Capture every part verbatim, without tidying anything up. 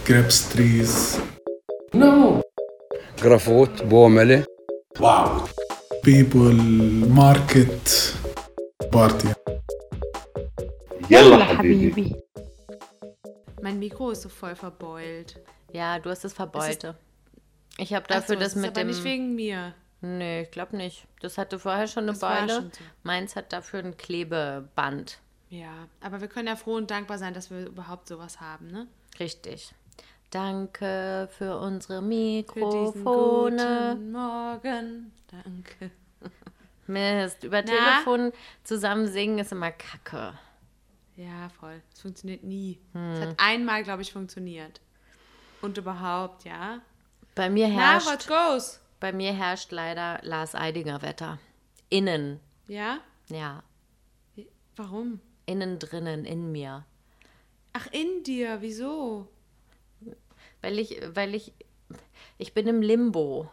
grapes trees. No. Grafot, Bomele. Wow. People, market, party. Yalla Habibi. Mein Mikro ist so voll verbeult. Ja, du hast das Verbeulte. Ich habe Ach dafür so, das ist mit aber dem... nicht wegen mir. Nee, ich glaube nicht. Das hatte vorher schon eine Das war Beule. schon so. Meins hat dafür ein Klebeband. Ja, aber wir können ja froh und dankbar sein, dass wir überhaupt sowas haben, ne? Richtig. Danke für unsere Für diesen Mikrofone. guten Morgen. Danke. Mist, über Na? Telefon zusammen singen ist immer Kacke. Ja, voll. Es funktioniert nie. Hm. Es hat einmal, glaube ich, funktioniert. Und überhaupt, ja. Bei mir Na, what herrscht, goes? bei mir herrscht leider Lars Eidinger Wetter. Innen, Ja? ja. Warum? Innen drinnen, in mir. Ach, in dir. Wieso? Weil ich, weil ich, ich bin im Limbo.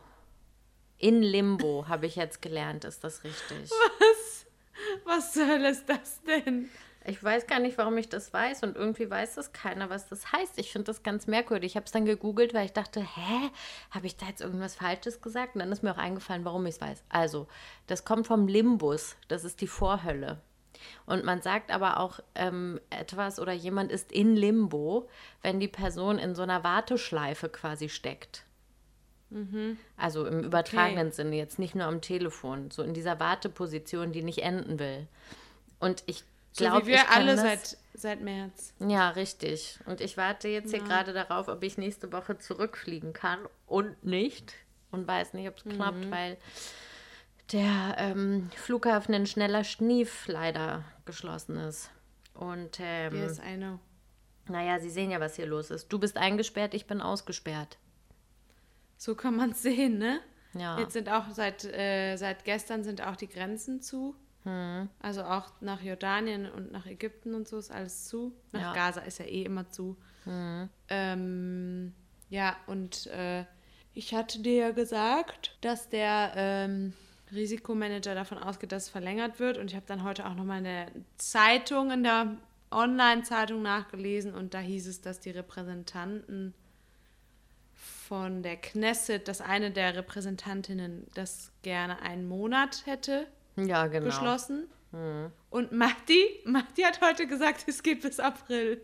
In Limbo, habe ich jetzt gelernt, ist das richtig. Was? Was zur Hölle ist das denn? Ich weiß gar nicht, warum ich das weiß und irgendwie weiß das keiner, was das heißt. Ich finde das ganz merkwürdig. Ich habe es dann gegoogelt, weil ich dachte, hä, habe ich da jetzt irgendwas Falsches gesagt? Und dann ist mir auch eingefallen, warum ich es weiß. Also, das kommt vom Limbus, das ist die Vorhölle. Und man sagt aber auch ähm, etwas oder jemand ist in Limbo, wenn die Person in so einer Warteschleife quasi steckt. Mhm. Also im übertragenen Okay. Sinne, jetzt nicht nur am Telefon, so in dieser Warteposition, die nicht enden will. Und ich So glaube, wie wir ich kann alle das, seit, seit März. ja, richtig. Und ich warte jetzt hier Ja. gerade darauf, ob ich nächste Woche zurückfliegen kann und nicht. Und weiß nicht, ob es klappt, Mhm. weil der ähm, Flughafen in Schneller Schnief leider geschlossen ist. Und ähm, Yes, I know. naja, Sie sehen ja, was hier los ist. Du bist eingesperrt, ich bin ausgesperrt. So kann man es sehen, ne? Ja. Jetzt sind auch seit, äh, seit gestern sind auch die Grenzen zu. Hm. Also auch nach Jordanien und nach Ägypten und so ist alles zu. Nach Ja. Gaza ist ja eh immer zu. Hm. Ähm, ja, und äh, ich hatte dir ja gesagt, dass der ähm, Risikomanager davon ausgeht, dass es verlängert wird. Und ich habe dann heute auch nochmal in der Zeitung, in der Online-Zeitung nachgelesen. Und da hieß es, dass die Repräsentanten von der Knesset, dass eine der Repräsentantinnen das gerne einen Monat hätte Ja, genau. beschlossen. Hm. Und Mahdi, Mahdi hat heute gesagt, es geht bis April.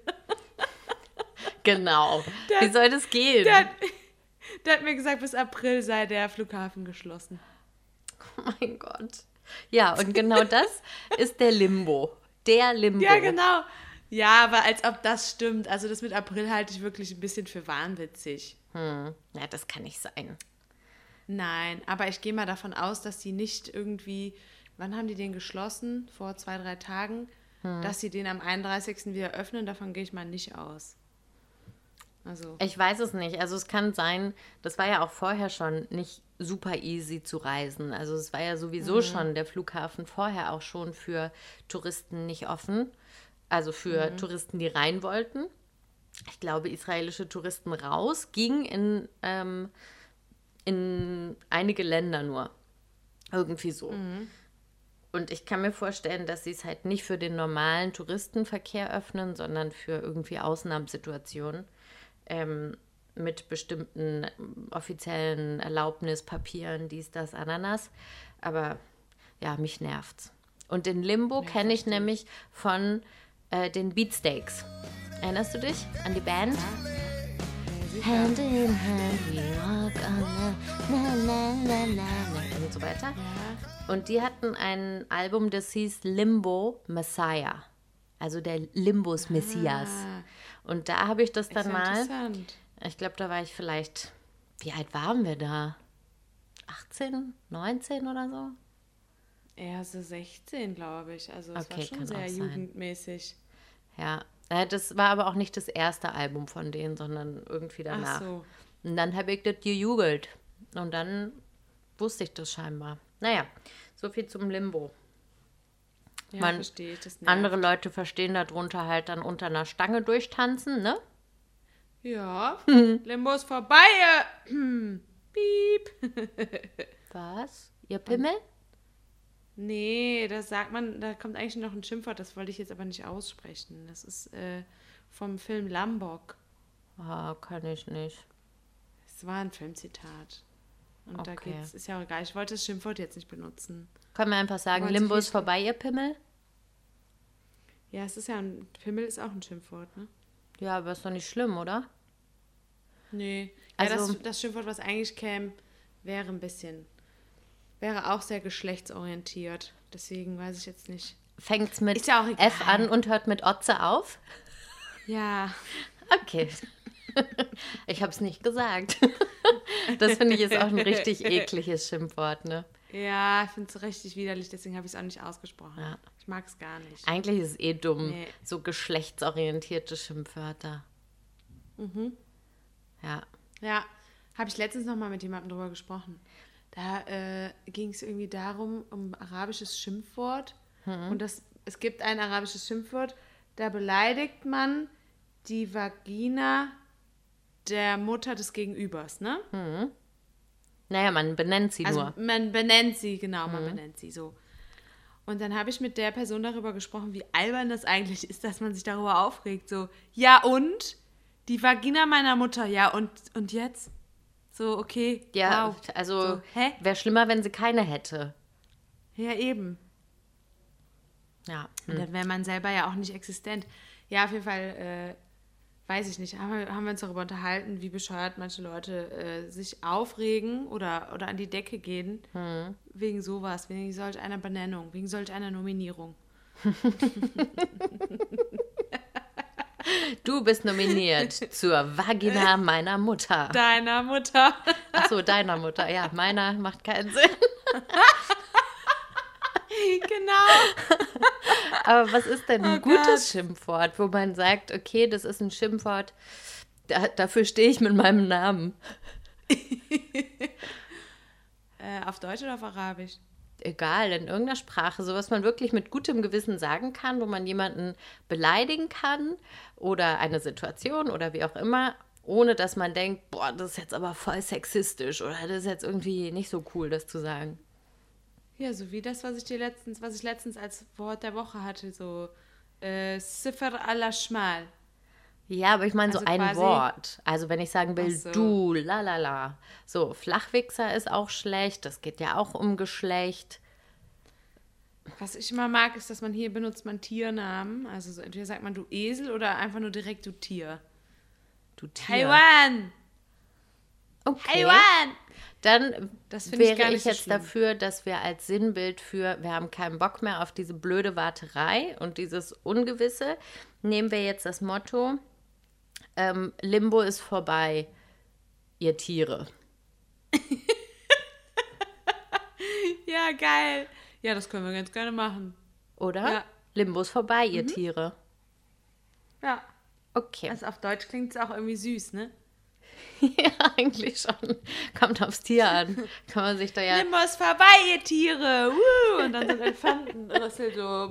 Genau. Der- Wie soll das gehen? Der hat, der hat mir gesagt, bis April sei der Flughafen geschlossen. Oh mein Gott. Ja, und genau das ist der Limbo. Der Limbo. Ja, genau. Ja, aber als ob das stimmt. Also das mit April halte ich wirklich ein bisschen für wahnwitzig. Hm. Ja, das kann nicht sein. Nein, aber ich gehe mal davon aus, dass sie nicht irgendwie, wann haben die den geschlossen? Vor zwei, drei Tagen. Dass sie den am einunddreißigsten wieder öffnen, davon gehe ich mal nicht aus. Also, Ich weiß es nicht. Also es kann sein, das war ja auch vorher schon nicht super easy zu reisen. Also es war ja sowieso schon der Flughafen vorher auch schon für Touristen nicht offen. Also für Touristen, die rein wollten. Ich glaube, israelische Touristen raus gingen in, ähm, in einige Länder nur. Irgendwie so. Und ich kann mir vorstellen, dass sie es halt nicht für den normalen Touristenverkehr öffnen, sondern für irgendwie Ausnahmesituationen. Ähm, mit bestimmten ähm, offiziellen Erlaubnispapieren, dies, das, Ananas. Aber ja, mich nervt's. Und den Limbo Ja, kenne ich verstehe ich. nämlich von äh, den Beatsteaks. Erinnerst du dich an die Band? Hand in hand we walk on the na na na na na und so weiter. ja. Und die hatten ein Album, das hieß Limbo Messiah. Also der Limbus Messias. Ah, Und da habe ich das ist dann ja mal, interessant. ich glaube, da war ich vielleicht, wie alt waren wir da? achtzehn, neunzehn oder so? Eher so sechzehn, glaube ich. Also es Okay, war schon kann sehr auch sein. jugendmäßig. Ja, äh, das war aber auch nicht das erste Album von denen, sondern irgendwie danach. Ach so. Und dann habe ich das gegoogelt. Und dann wusste ich das scheinbar. Naja, so viel zum Limbo. Ja, Man- verstehe ich. Das nervt. Andere Leute verstehen darunter halt dann unter einer Stange durchtanzen, ne? Ja, Limbo ist vorbei. äh, Piep. Was? Ihr Pimmel? Nee, das sagt man, da kommt eigentlich noch ein Schimpfwort, das wollte ich jetzt aber nicht aussprechen. Das ist äh, vom Film Lambok. Ah, kann ich nicht. Es war ein Filmzitat. Und da Okay. geht's, ist ja auch egal. Ich wollte das Schimpfwort jetzt nicht benutzen. Können wir einfach sagen, Wollte Limbo ich ist vorbei, ihr Pimmel? Ja, es ist ja ein, Pimmel ist auch ein Schimpfwort, ne? Ja, aber ist doch nicht schlimm, oder? Nee. Also- ja, das, das Schimpfwort, was eigentlich käme, wäre ein bisschen, wäre auch sehr geschlechtsorientiert. Deswegen weiß ich jetzt nicht. Fängt's mit Ist ja auch egal. F an und hört mit Otze auf? Ja, Okay. Ich hab's nicht gesagt. Das finde ich ist auch ein richtig ekliges Schimpfwort, ne? ja, ich finde es richtig widerlich, deswegen habe ich es auch nicht ausgesprochen. Ja. Ich mag es gar nicht. Eigentlich ist es eh dumm, Nee. so geschlechtsorientierte Schimpfwörter. Mhm. Ja. Ja, habe ich letztens noch mal mit jemandem drüber gesprochen. Da äh, ging es irgendwie darum, um arabisches Schimpfwort. Und das, es gibt ein arabisches Schimpfwort, da beleidigt man die Vagina der Mutter des Gegenübers, ne? Naja, man benennt sie Also nur. man benennt sie, genau, man benennt sie so. Und dann habe ich mit der Person darüber gesprochen, wie albern das eigentlich ist, dass man sich darüber aufregt. So, ja und? Die Vagina meiner Mutter, ja und, und jetzt? So, okay, Ja, wow. also So, hä? wäre schlimmer, wenn sie keine hätte. Ja, eben. Ja. Und dann wäre man selber ja auch nicht existent. Ja, auf jeden Fall, äh, weiß ich nicht, haben wir, haben wir uns darüber unterhalten, wie bescheuert manche Leute äh, sich aufregen oder, oder an die Decke gehen wegen sowas, wegen solch einer Benennung, wegen solch einer Nominierung. Du bist nominiert zur Vagina meiner Mutter. Deiner Mutter. Achso, deiner Mutter. Ja, meiner macht keinen Sinn. Genau. Aber was ist denn ein Oh gutes Gott. Schimpfwort, wo man sagt, okay, das ist ein Schimpfwort, da, dafür stehe ich mit meinem Namen. Äh, auf Deutsch oder auf Arabisch? Egal, in irgendeiner Sprache, so was man wirklich mit gutem Gewissen sagen kann, wo man jemanden beleidigen kann oder eine Situation oder wie auch immer, ohne dass man denkt, boah, das ist jetzt aber voll sexistisch oder das ist jetzt irgendwie nicht so cool, das zu sagen. Ja, so wie das, was ich dir letztens, was ich letztens als Wort der Woche hatte, so äh, Sifr al-Ashmal. Ja, aber ich meine so Also ein quasi- Wort. Also wenn ich sagen will, Ach so. du, la la la. So, Flachwichser ist auch schlecht, das geht ja auch um Geschlecht. Was ich immer mag, ist, dass man hier benutzt man Tiernamen. Also so entweder sagt man du Esel oder einfach nur direkt du Tier. Du Tier. Haywan! Okay. Haywan! Dann Das finde ich wäre gar ich, nicht so jetzt schlimm. dafür, dass wir als Sinnbild für, wir haben keinen Bock mehr auf diese blöde Warterei und dieses Ungewisse, nehmen wir jetzt das Motto, ähm, Limbo ist vorbei, ihr Tiere. Ja, geil. Ja, das können wir ganz gerne machen. Oder? Ja. Mhm. Limbo ist vorbei, ihr Tiere. Ja. Okay. Also auf Deutsch klingt es auch irgendwie süß, ne? Ja, eigentlich schon. Kommt aufs Tier an. Kann man sich da ja... Limbo ist vorbei, ihr Tiere! Woo! Und dann so ein Elefantenrüssel so.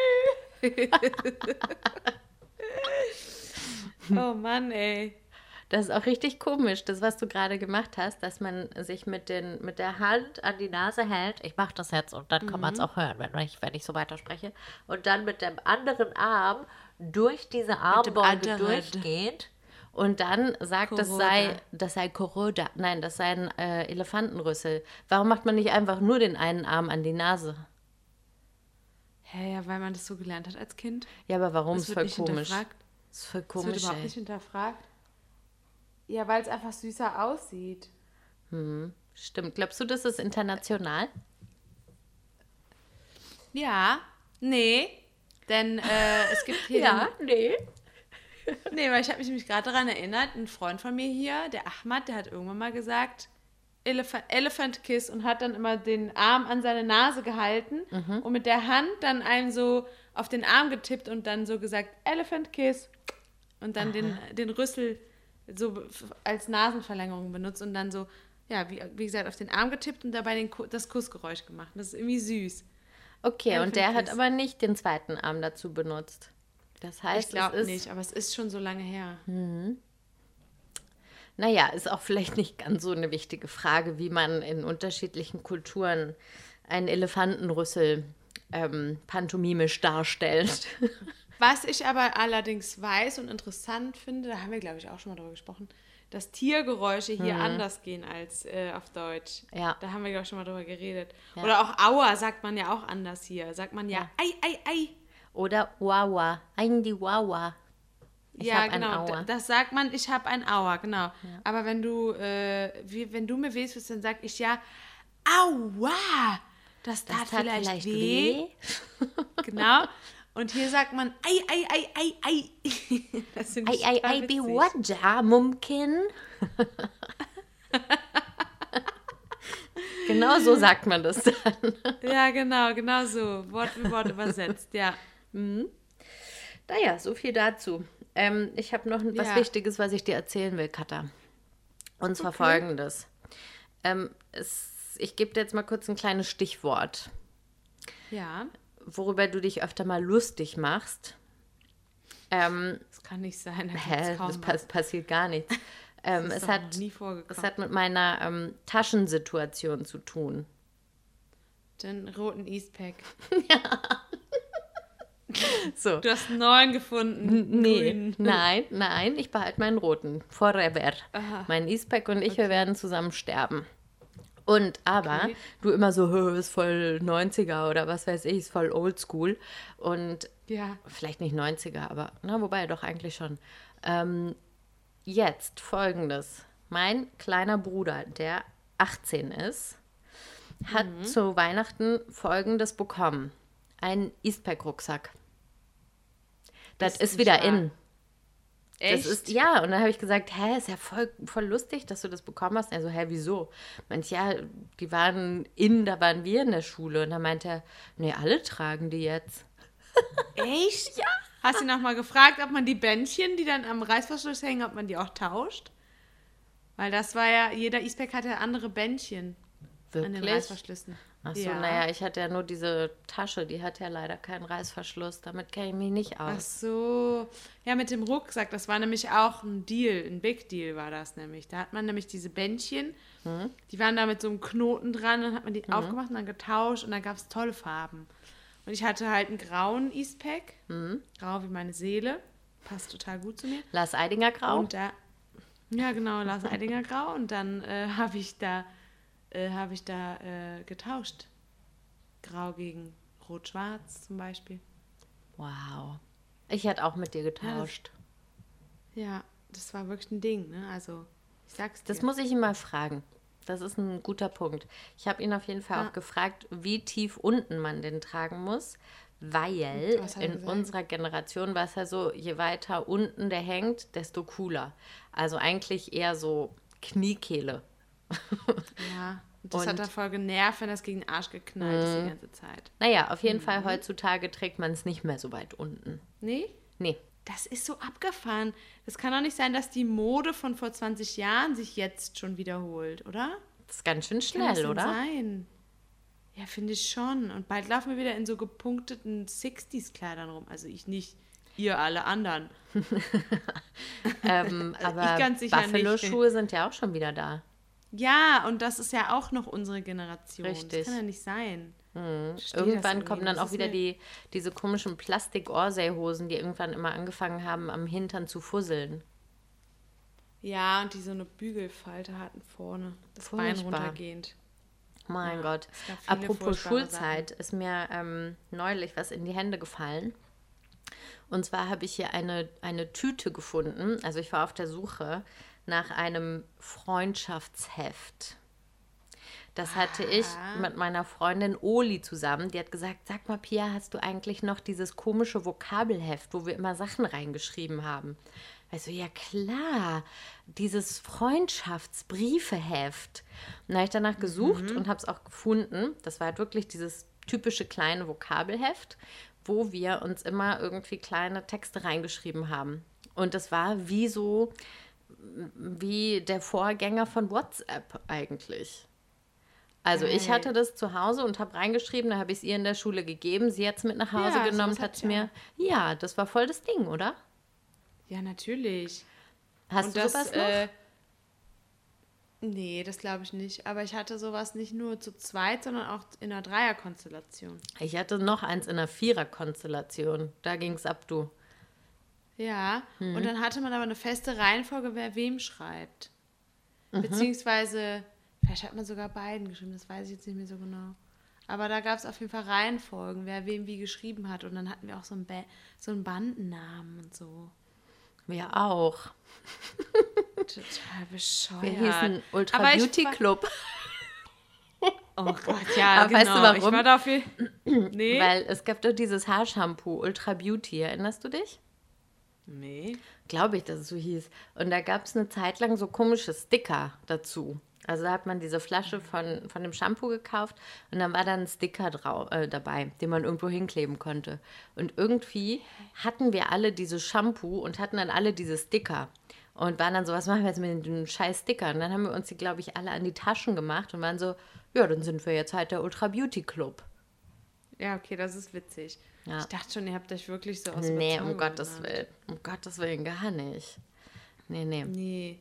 Oh Mann, ey. Das ist auch richtig komisch, das, was du gerade gemacht hast, dass man sich mit, den, mit der Hand an die Nase hält. Ich mache das jetzt und dann kann man es auch hören, wenn ich, wenn ich so weiterspreche. Und dann mit dem anderen Arm durch diese Armbeuge anderen. durchgeht. Und dann sagt, das Koroda. sei, das sei Koroda. Nein, das sei ein äh, Elefantenrüssel. Warum macht man nicht einfach nur den einen Arm an die Nase? Hä, ja, weil man das so gelernt hat als Kind. Ja, aber warum? Das Ist wird voll nicht komisch. hinterfragt. Ist voll Das wird komisch, überhaupt ey. nicht hinterfragt. Ja, weil es einfach süßer aussieht. Stimmt. Glaubst du, das ist international? Ja, nee. Denn äh, es gibt hier. nee. Den, nee, weil ich habe mich nämlich gerade daran erinnert, ein Freund von mir hier, der Ahmad, der hat irgendwann mal gesagt, Elephant, Elephant Kiss und hat dann immer den Arm an seine Nase gehalten und mit der Hand dann einem so auf den Arm getippt und dann so gesagt, Elephant Kiss. Und dann den, den Rüssel so als Nasenverlängerung benutzt und dann so, ja, wie, wie gesagt, auf den Arm getippt und dabei den, Ku- das Kussgeräusch gemacht. Das ist irgendwie süß. Okay, Ja, und der find hat ich. aber nicht den zweiten Arm dazu benutzt. Das heißt, Ich glaube es ist, nicht, aber es ist schon so lange her. naja, ist auch vielleicht nicht ganz so eine wichtige Frage, wie man in unterschiedlichen Kulturen einen Elefantenrüssel ähm, pantomimisch darstellt. Was ich aber allerdings weiß und interessant finde, da haben wir, glaube ich, auch schon mal drüber gesprochen, dass Tiergeräusche hier anders gehen als äh, auf Deutsch. Ja. Da haben wir, glaube ich, schon mal drüber geredet. Ja. Oder auch Aua sagt man ja auch anders hier. Sagt man ja, Ja. ei, ei, ei. Oder Wawa. Eigentlich Wawa. Ich ja, hab ein genau. Aua. d- Das sagt man, ich habe ein Aua, genau. Aber wenn du, äh, wie, wenn du mir weh tust, dann sag ich ja, Aua. Das tat, Das tat vielleicht, vielleicht weh. weh. Genau. Und hier sagt man, ei, ei, ei, ei, ei. Das finde Ei, ich ei, total ei, bi witzig. waja, Mumkin. Genau so sagt man das dann. Ja, genau, genau so. Wort für Wort übersetzt, ja. Naja, so viel dazu. Ähm, ich habe noch was Ja. Wichtiges, was ich dir erzählen will, Katha. Und zwar folgendes. Ähm, es, ich gebe dir jetzt mal kurz ein kleines Stichwort, Ja, worüber du dich öfter mal lustig machst. Ähm, das kann nicht sein. Da hä, gibt's kaum das was. pass passiert gar nichts. Ähm, Das ist es, doch hat, noch nie vorgekommen. es hat mit meiner ähm, Taschensituation zu tun. Den roten Eastpack. So. Du hast einen neuen gefunden. einen Nee, grünen. nein, nein, ich behalte meinen roten. Forever. Aha. Mein Eastpack und ich, wir werden zusammen sterben. Und aber, Okay. du immer so, "Hö, ist voll neunziger oder was weiß ich, ist voll oldschool. Und Ja. vielleicht nicht neunziger, aber, na, wobei doch eigentlich schon. Ähm, jetzt folgendes. Mein kleiner Bruder, der achtzehn ist, hat Mhm. zu Weihnachten folgendes bekommen. Einen Eastpack-Rucksack. Das Ist ist nicht wieder wahr. in. Echt? Das ist, ja, und dann habe ich gesagt, hä, ist ja voll, voll lustig, dass du das bekommen hast. Also, hä, wieso? Meint, ja, die waren in, da waren wir in der Schule. Und dann meinte er, nee, alle tragen die jetzt. Echt? Ja. Hast du ihn noch mal gefragt, ob man die Bändchen, die dann am Reißverschluss hängen, ob man die auch tauscht? Weil das war ja, jeder Eastpack hatte andere Bändchen an den Wirklich? Reißverschlüssen. Ach so, Ja. naja, ich hatte ja nur diese Tasche, die hat ja leider keinen Reißverschluss. Damit kenne ich mich nicht Ach aus. so. Ja, mit dem Rucksack, das war nämlich auch ein Deal, ein Big Deal war das nämlich. Da hat man nämlich diese Bändchen, Hm? die waren da mit so einem Knoten dran, dann hat man die aufgemacht und dann getauscht und dann gab es tolle Farben. Und ich hatte halt einen grauen Eastpack, Hm? grau wie meine Seele, passt total gut zu mir. Lars Eidinger Grau. Und da, ja genau, Lars Eidinger grau und dann äh, habe ich da, äh, habe ich da äh, getauscht. Grau gegen rot-schwarz zum Beispiel. Wow. Ich hätte auch mit dir getauscht. Ja, das war wirklich ein Ding, ne? Also, ich sag's dir. Das muss ich ihn mal fragen. Das ist ein guter Punkt. Ich habe ihn auf jeden Fall Ja. auch gefragt, wie tief unten man den tragen muss, weil Was hat er in gesagt? unserer Generation war es ja so, je weiter unten der hängt, desto cooler. Also eigentlich eher so Kniekehle. Ja, und das Und- hat da voll genervt, wenn das gegen den Arsch geknallt ist die ganze Zeit. Naja, auf jeden Mhm. Fall heutzutage trägt man es nicht mehr so weit unten. Nee? Nee. Das ist so abgefahren. Das kann doch nicht sein, dass die Mode von vor zwanzig Jahren sich jetzt schon wiederholt, oder? Das ist ganz schön Kann das schnell, denn oder? sein? Ja, finde ich schon. Und bald laufen wir wieder in so gepunkteten sechziger-Kleidern rum. Also ich nicht, ihr alle anderen. Ähm, aber ganz sicher nicht. Buffalo-Schuhe sind ja auch schon wieder da. Ja, und das ist ja auch noch unsere Generation. Richtig. Das kann ja nicht sein. Mhm. Ich verstehe das Irgendwann irgendwie kommen nicht. dann Das auch ist wieder mir- die, diese komischen Plastik-Orsay-Hosen, die irgendwann immer angefangen haben, am Hintern zu fusseln. Ja, und die so eine Bügelfalte hatten vorne. Das Bein Furchtbar. runtergehend. Mein Ja, Gott. es gab viele Apropos furchtbare Schulzeit, ist mir ähm, neulich was in die Hände gefallen. Und zwar habe ich hier eine, eine Tüte gefunden. Also ich war auf der Suche nach einem Freundschaftsheft. Das hatte ich mit meiner Freundin Oli zusammen. Die hat gesagt, sag mal, Pia, hast du eigentlich noch dieses komische Vokabelheft, wo wir immer Sachen reingeschrieben haben? Also ja klar, dieses Freundschaftsbriefeheft. Und da habe ich danach gesucht und habe es auch gefunden. Das war halt wirklich dieses typische kleine Vokabelheft, wo wir uns immer irgendwie kleine Texte reingeschrieben haben. Und das war wie so, wie der Vorgänger von WhatsApp eigentlich. Also ich Geil. hatte das zu Hause und habe reingeschrieben, da habe ich es ihr in der Schule gegeben. Sie hat es mit nach Hause Ja, genommen sowas und hat es hatte ich mir... Ja, das war voll das Ding, oder? Ja, natürlich. Hast und du das, sowas noch? äh, Nee, das glaube ich nicht. Aber ich hatte sowas nicht nur zu zweit, sondern auch in einer Dreierkonstellation. Ich hatte noch eins in einer Vierer-Konstellation. Da ging's ab, du. Ja, Mhm. und dann hatte man aber eine feste Reihenfolge, wer wem schreibt. Beziehungsweise, vielleicht hat man sogar beiden geschrieben, das weiß ich jetzt nicht mehr so genau. Aber da gab es auf jeden Fall Reihenfolgen, wer wem wie geschrieben hat. Und dann hatten wir auch so einen, ba- so einen Bandennamen und so. Wir auch. Total bescheuert. Wir hießen Ultra Aber ich Beauty war- Club. Oh Gott, ja, Aber genau. weißt du warum? Ich war dafür... Nee. Weil es gab doch dieses Haarshampoo, Ultra Beauty, erinnerst du dich? Nee. Glaube ich, dass es so hieß. Und da gab es eine Zeit lang so komische Sticker dazu. Also da hat man diese Flasche von, von dem Shampoo gekauft und dann war da ein Sticker drau äh, dabei, den man irgendwo hinkleben konnte. Und irgendwie hatten wir alle dieses Shampoo und hatten dann alle diese Sticker. Und waren dann so, was machen wir jetzt mit den scheiß Stickern? Und dann haben wir uns die, glaube ich, alle an die Taschen gemacht und waren so, ja, dann sind wir jetzt halt der Ultra Beauty Club. Ja, okay, das ist witzig. Ja. Ich dachte schon, ihr habt euch wirklich so aus Nee, Überzeugung um Gottes genannt. Willen. Um Gottes Willen gar nicht. Nee, nee. Nee.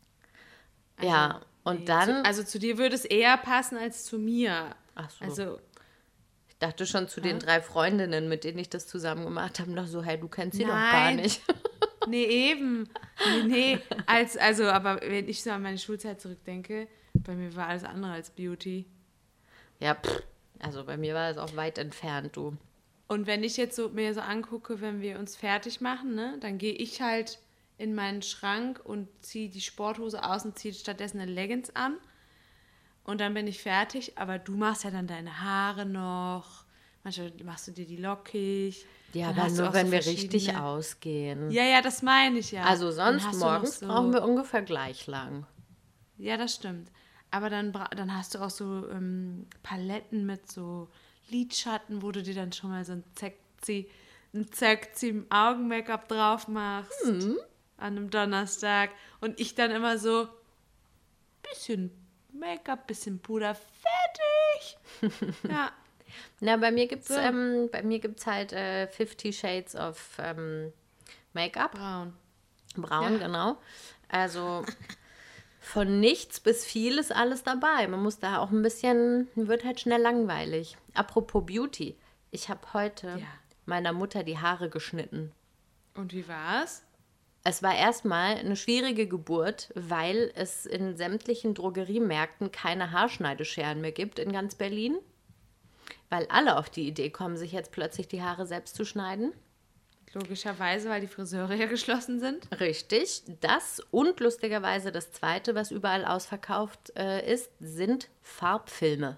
ja, und Nee, dann... Zu, also zu dir würde es eher passen als zu mir. Ach so. Also, Ich dachte schon zu den drei Freundinnen, mit denen ich das zusammen gemacht habe, noch so, hey, du kennst sie doch gar Nein. nicht. nee, eben. Nee, nee. Als, also, aber wenn ich so an meine Schulzeit zurückdenke, bei mir war alles andere als Beauty. Ja, pff, also bei mir war es auch weit entfernt, du. Und wenn ich jetzt so mir so angucke, wenn wir uns fertig machen, ne, dann gehe ich halt in meinen Schrank und ziehe die Sporthose aus und ziehe stattdessen eine Leggings an. Und dann bin ich fertig. Aber du machst ja dann deine Haare noch. Manchmal machst du dir die lockig. Ja, Dann aber hast du nur auch wenn so wir richtig verschiedene- ausgehen. Ja, ja, das meine ich ja. Also Dann sonst hast du noch morgens so- brauchen wir ungefähr gleich lang. Ja, das stimmt. Aber dann, bra- dann hast du auch so ähm, Paletten mit so Lidschatten, wo du dir dann schon mal so ein sexy, ein sexy Augen-Make-up drauf machst. Mhm. An einem Donnerstag. Und ich dann immer so, bisschen Make-up, bisschen Puder, fertig. Ja, Na, bei mir gibt's, So. ähm, bei mir gibt's halt äh, Fifty Shades of ähm, Make-up. braun. Braun, Ja. genau. Also von nichts bis viel ist alles dabei. Man muss da auch ein bisschen, wird halt schnell langweilig. Apropos Beauty. Ich habe heute Ja. meiner Mutter die Haare geschnitten. Und wie war's? Es war erstmal eine schwierige Geburt, weil es in sämtlichen Drogeriemärkten keine Haarschneidescheren mehr gibt in ganz Berlin. Weil alle auf die Idee kommen, sich jetzt plötzlich die Haare selbst zu schneiden. Logischerweise, weil die Friseure ja geschlossen sind. Richtig. Das und lustigerweise das Zweite, was überall ausverkauft äh, ist, sind Farbfilme.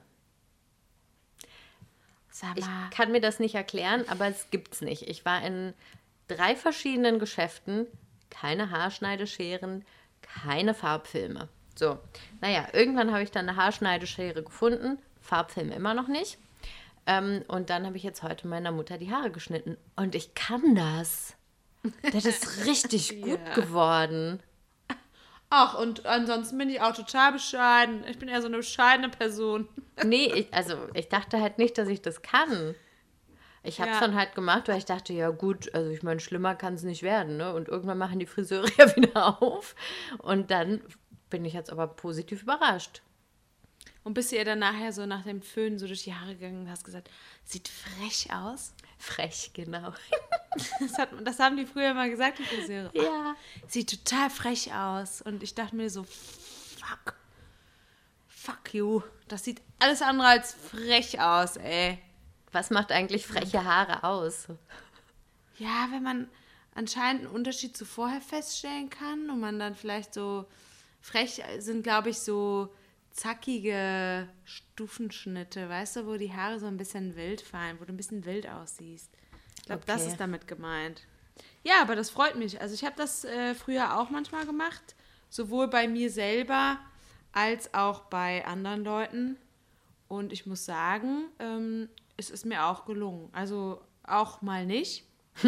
Sag Ich mal, kann mir das nicht erklären, aber es gibt's nicht. Ich war in drei verschiedenen Geschäften, keine Haarschneidescheren, keine Farbfilme. So, naja, irgendwann habe ich dann eine Haarschneideschere gefunden, Farbfilm immer noch nicht. Ähm, und dann habe ich jetzt heute meiner Mutter die Haare geschnitten. Und ich kann das. Das ist richtig gut Ja. geworden. ach, und ansonsten bin ich auch total bescheiden. Ich bin eher so eine bescheidene Person. Nee, ich, also ich dachte halt nicht, dass ich das kann. Ich habe es Ja. dann halt gemacht, weil ich dachte, ja gut, also ich meine, schlimmer kann es nicht werden, ne? Und irgendwann machen die Friseure ja wieder auf. Und dann bin ich jetzt aber positiv überrascht. Und bist du ihr dann nachher so nach dem Föhn so durch die Haare gegangen und hast gesagt, sieht frech aus? Frech, genau. Das, hat, das haben die früher mal gesagt, die Friseure. Ja. Sieht total frech aus. Und ich dachte mir so, fuck. Fuck you. Das sieht alles andere als frech aus, ey. Was macht eigentlich freche Haare aus? Ja, wenn man anscheinend einen Unterschied zu vorher feststellen kann und man dann vielleicht so frech sind, glaube ich, so zackige Stufenschnitte, weißt du, wo die Haare so ein bisschen wild fallen, wo du ein bisschen wild aussiehst. Ich glaube, das Okay. ist damit gemeint. Ja, aber das freut mich. Also ich habe das äh, früher auch manchmal gemacht, sowohl bei mir selber als auch bei anderen Leuten. Und ich muss sagen, ähm, es ist mir auch gelungen. Also auch mal nicht.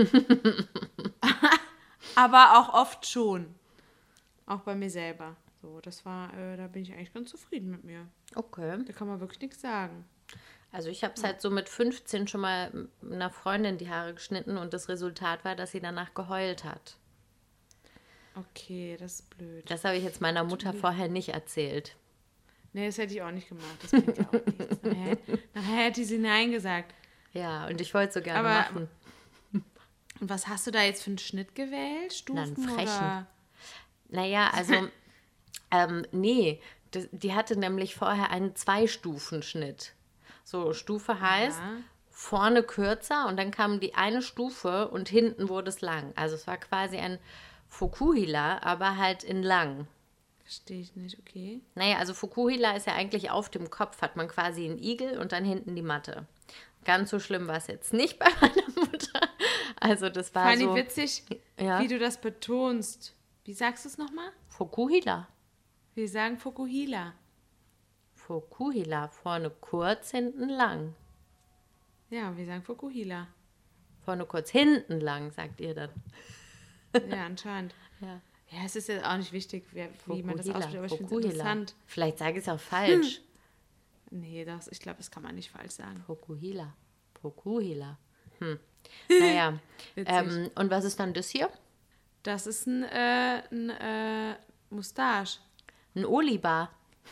Aber auch oft schon. Auch bei mir selber. So, das war, äh, da bin ich eigentlich ganz zufrieden mit mir. Okay. Da kann man wirklich nichts sagen. Also ich habe es halt so mit fünfzehn schon mal einer Freundin die Haare geschnitten und das Resultat war, dass sie danach geheult hat. Okay, das ist blöd. Das habe ich jetzt meiner Mutter vorher nicht erzählt. Nee, das hätte ich auch nicht gemacht. Das bringt ja auch nichts. Nachher, nachher hätte sie Nein gesagt. Ja, und ich wollte es so gerne Aber- machen. Und was hast du da jetzt für einen Schnitt gewählt? Stufen Na, einen frechen. oder? Naja, also, ähm, nee, das, die hatte nämlich vorher einen Zwei-Stufen-Schnitt. So, Stufe heißt, Ja. vorne kürzer und dann kam die eine Stufe und hinten wurde es lang. Also es war quasi ein Fukuhila, aber halt in lang. Verstehe ich nicht, okay. Naja, also Fukuhila ist ja eigentlich auf dem Kopf, hat man quasi einen Igel und dann hinten die Matte. Ganz so schlimm war es jetzt nicht bei meiner Mutter. Also das war Fanny, so witzig, Ja. wie du das betonst. Wie sagst du es nochmal? Fukuhila. Wir sagen Fukuhila. Fukuhila, vorne kurz, hinten lang. Ja, wir sagen Fukuhila. Vorne kurz, hinten lang, sagt ihr dann. Ja, anscheinend. Ja. Ja, es ist jetzt auch nicht wichtig, wer, wie man das Fukuhila, ausspricht, aber ich finde es Fukuhila. interessant. Vielleicht sage ich es auch falsch. Nee, das, ich glaube, das kann man nicht falsch sagen. Fukuhila. Fukuhila. Hm. Naja. Witzig. ähm, und was ist dann das hier? Das ist ein, äh, ein äh, Mustache. Ein Olibar.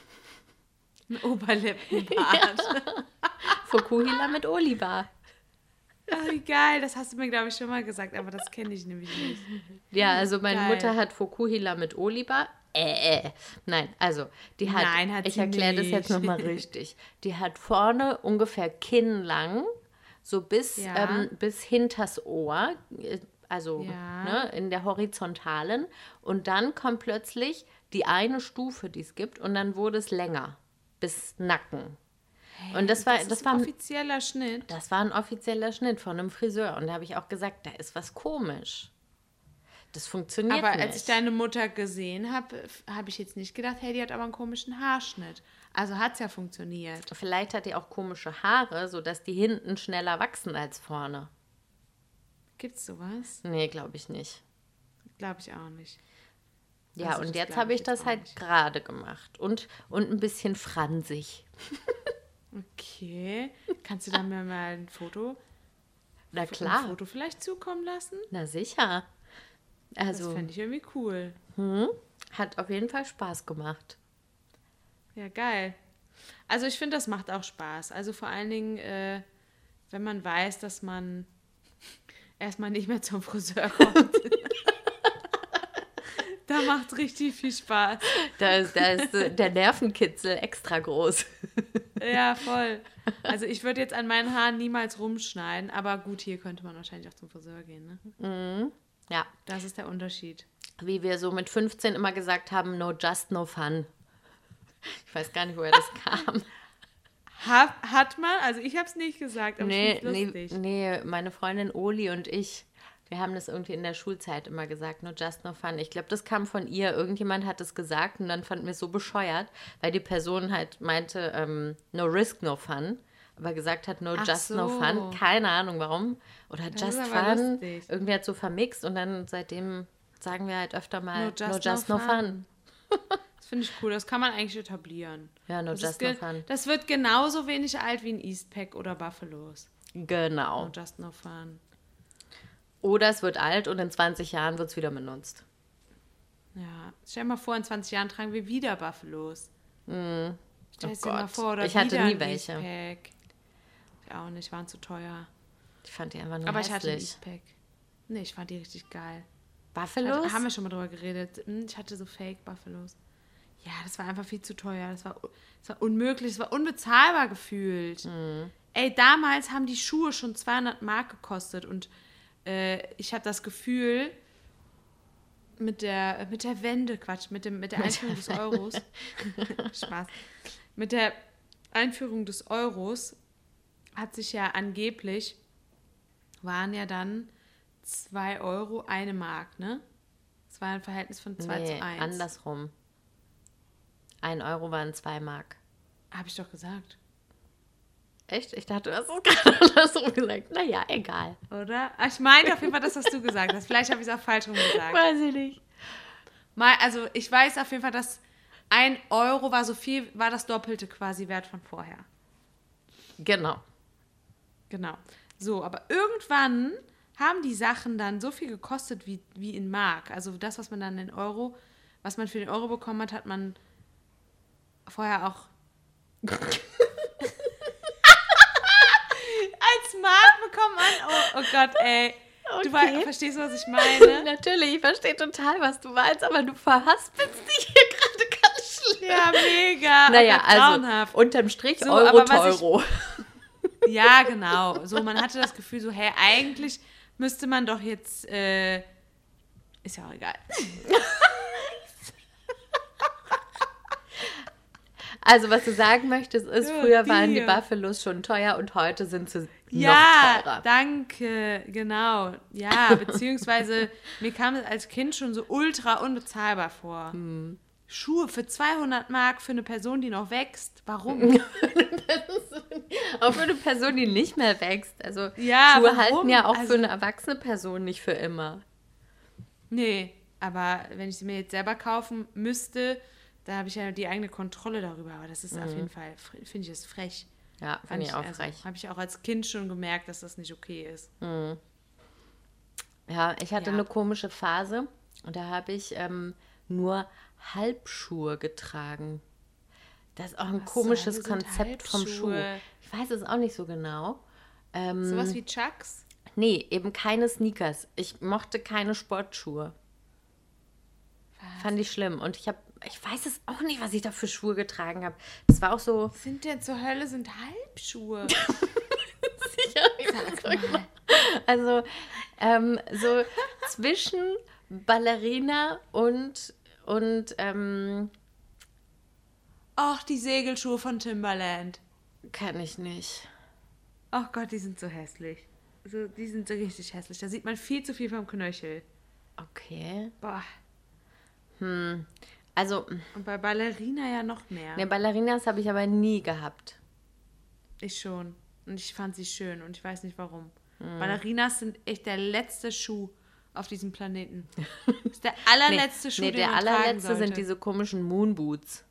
Ein Oberlippenbart. Fukuhila mit Olibar. Ach, wie geil, das hast du mir, glaube ich, schon mal gesagt, aber das kenne ich nämlich nicht. Ja, also meine Geil. Mutter hat Fukuhila mit Olibar. Äh, äh. Nein, also die hat, Nein, hat ich sie erkläre das jetzt nicht. nochmal richtig. Die hat vorne ungefähr kinnlang, so bis, Ja. ähm, bis hinters Ohr, äh, also Ja. ne, in der horizontalen. Und dann kommt plötzlich die eine Stufe, die es gibt, und dann wurde es länger, bis Nacken. Und das war, Das, das ist war ein offizieller Schnitt. Das war ein offizieller Schnitt von einem Friseur. Und da habe ich auch gesagt, da ist was komisch. Das funktioniert Aber nicht. als ich deine Mutter gesehen habe, habe ich jetzt nicht gedacht, hey, die hat aber einen komischen Haarschnitt. Also hat es ja funktioniert. Vielleicht hat die auch komische Haare, sodass die hinten schneller wachsen als vorne. Gibt's sowas? Nee, glaube ich nicht. Glaube ich auch nicht. Ja, Also und das jetzt glaub habe ich ich jetzt das auch halt nicht. gerade gemacht. Und, und ein bisschen fransig. Okay. Kannst du da mir mal ein Foto, Na ein klar, Foto vielleicht zukommen lassen? na sicher. Das Also, fände ich irgendwie cool. hat auf jeden Fall Spaß gemacht. Ja, geil. Also ich finde, das macht auch Spaß. Also vor allen Dingen, äh, wenn man weiß, dass man erstmal nicht mehr zum Friseur kommt. Da macht richtig viel Spaß. Da ist, da ist äh, der Nervenkitzel extra groß. Ja, voll. Also ich würde jetzt an meinen Haaren niemals rumschneiden, aber gut, hier könnte man wahrscheinlich auch zum Friseur gehen. Ne? Ja, Das ist der Unterschied. wie wir so mit fünfzehn immer gesagt haben, no just, no fun. Ich weiß gar nicht, woher das kam. Ha, hat man? Also ich habe es nicht gesagt, aber Nee, ich finde nee, lustig. nee, meine Freundin Oli und ich, wir haben das irgendwie in der Schulzeit immer gesagt, no just, no fun. Ich glaube, das kam von ihr. Irgendjemand hat es gesagt und dann fanden wir es so bescheuert, weil die Person halt meinte, ähm, no risk, no fun, aber gesagt hat, no Ach just, no so. fun. Keine Ahnung, warum. Oder Das just ist aber fun. lustig. Irgendwie hat so vermixt und dann seitdem sagen wir halt öfter mal, No just, no, just no no, fun. fun. Das finde ich cool. Das kann man eigentlich etablieren. Ja, no Das, just, ist no ge- fun. das wird genauso wenig alt wie ein Eastpack oder Buffalos. Genau. No just no fun. Oder es wird alt und in zwanzig Jahren wird es wieder benutzt. Ja, stell dir mal vor, in zwanzig Jahren tragen wir wieder Buffalos. Mm. Stell Oh dir mal Gott. vor, oder Ich hatte wieder nie ein welche. Eastpack. Ich auch nicht, waren zu teuer. Ich fand die einfach nur Aber ich hatte ein hässlich. Eastpack. Nee, ich fand die richtig geil. Buffalos? Hatte, haben wir schon mal drüber geredet. Hm, Ich hatte so Fake Buffalos. Ja, das war einfach viel zu teuer. Das war, das war unmöglich. Das war unbezahlbar gefühlt. Mhm. Ey, damals haben die Schuhe schon zweihundert Mark gekostet und äh, ich habe das Gefühl, mit der, mit der Wende, Quatsch, mit, dem, mit der Einführung des Euros, Spaß, mit der Einführung des Euros hat sich ja angeblich, waren ja dann zwei Euro eine Mark, ne? Das war ein Verhältnis von zwei nee, zu eins. andersrum. Ein Euro waren zwei Mark. Habe ich doch gesagt, Echt? Ich dachte, du hast es gerade andersrum gesagt. Naja, egal. oder? Ah, Ich meinte auf jeden Fall das, was du gesagt hast. Vielleicht habe ich es auch falsch rum gesagt. Weiß ich nicht. Mal, also ich weiß auf jeden Fall, dass ein Euro war so viel, war das Doppelte quasi wert von vorher. Genau. Genau. So, aber irgendwann haben die Sachen dann so viel gekostet wie, wie in Mark. Also das, was man dann in Euro, was man für den Euro bekommen hat, hat man vorher auch als Mark bekommen an. Oh, oh Gott, ey. Okay. Du wei- verstehst, was ich meine? Natürlich, ich verstehe total, was du meinst, aber du verhaspelst dich hier gerade ganz schlimm. Ja, mega. Naja, aber also grauenhaft. unterm Strich So, Euro aber was ich- Teuro. Ja, genau. So, man hatte das Gefühl so, hey, eigentlich müsste man doch jetzt, äh, ist ja auch egal. Also was du sagen möchtest, ist, Ja, früher waren die dir. Buffalos schon teuer und heute sind sie Ja, noch teurer. danke, genau. Ja, beziehungsweise mir kam es als Kind schon so ultra unbezahlbar vor. Hm. Schuhe für zweihundert Mark für eine Person, die noch wächst. Warum? Auch für eine Person, die nicht mehr wächst. Also Ja, Schuhe warum? halten ja auch Also- für eine erwachsene Person nicht für immer. Nee, aber wenn ich sie mir jetzt selber kaufen müsste, da habe ich ja die eigene Kontrolle darüber. Aber das ist auf jeden Fall, fr- finde ich es frech. Ja, Fand finde ich auch also, frech. habe ich auch als Kind schon gemerkt, dass das nicht okay ist. Ja, ich hatte Ja. eine komische Phase und da habe ich ähm, nur Halbschuhe getragen. Das ist auch ein Was komisches zur Hölle sind Konzept vom Schuh. Halbschuhe? Ich weiß es auch nicht so genau. Ähm, Sowas wie Chucks? nee, eben keine Sneakers. Ich mochte keine Sportschuhe. Fand ich schlimm. Und ich habe, ich weiß es auch nicht, was ich da für Schuhe getragen habe. Das war auch so. Sind denn zur Hölle sind Halbschuhe? Also ähm, so zwischen Ballerina und, und ähm, Ach, die Segelschuhe von Timberland. kann ich nicht. Ach Gott, die sind so hässlich. So, die sind so richtig hässlich. Da sieht man viel zu viel vom Knöchel. Okay. Boah. Also, Und bei Ballerina ja noch mehr. ne, Ballerinas habe ich aber nie gehabt. Ich schon. Und ich fand sie schön und ich weiß nicht warum. Hm. Ballerinas sind echt der letzte Schuh auf diesem Planeten. Das ist der allerletzte Schuh, nee, den der man tragen allerletzte sollte. sind diese komischen Moonboots.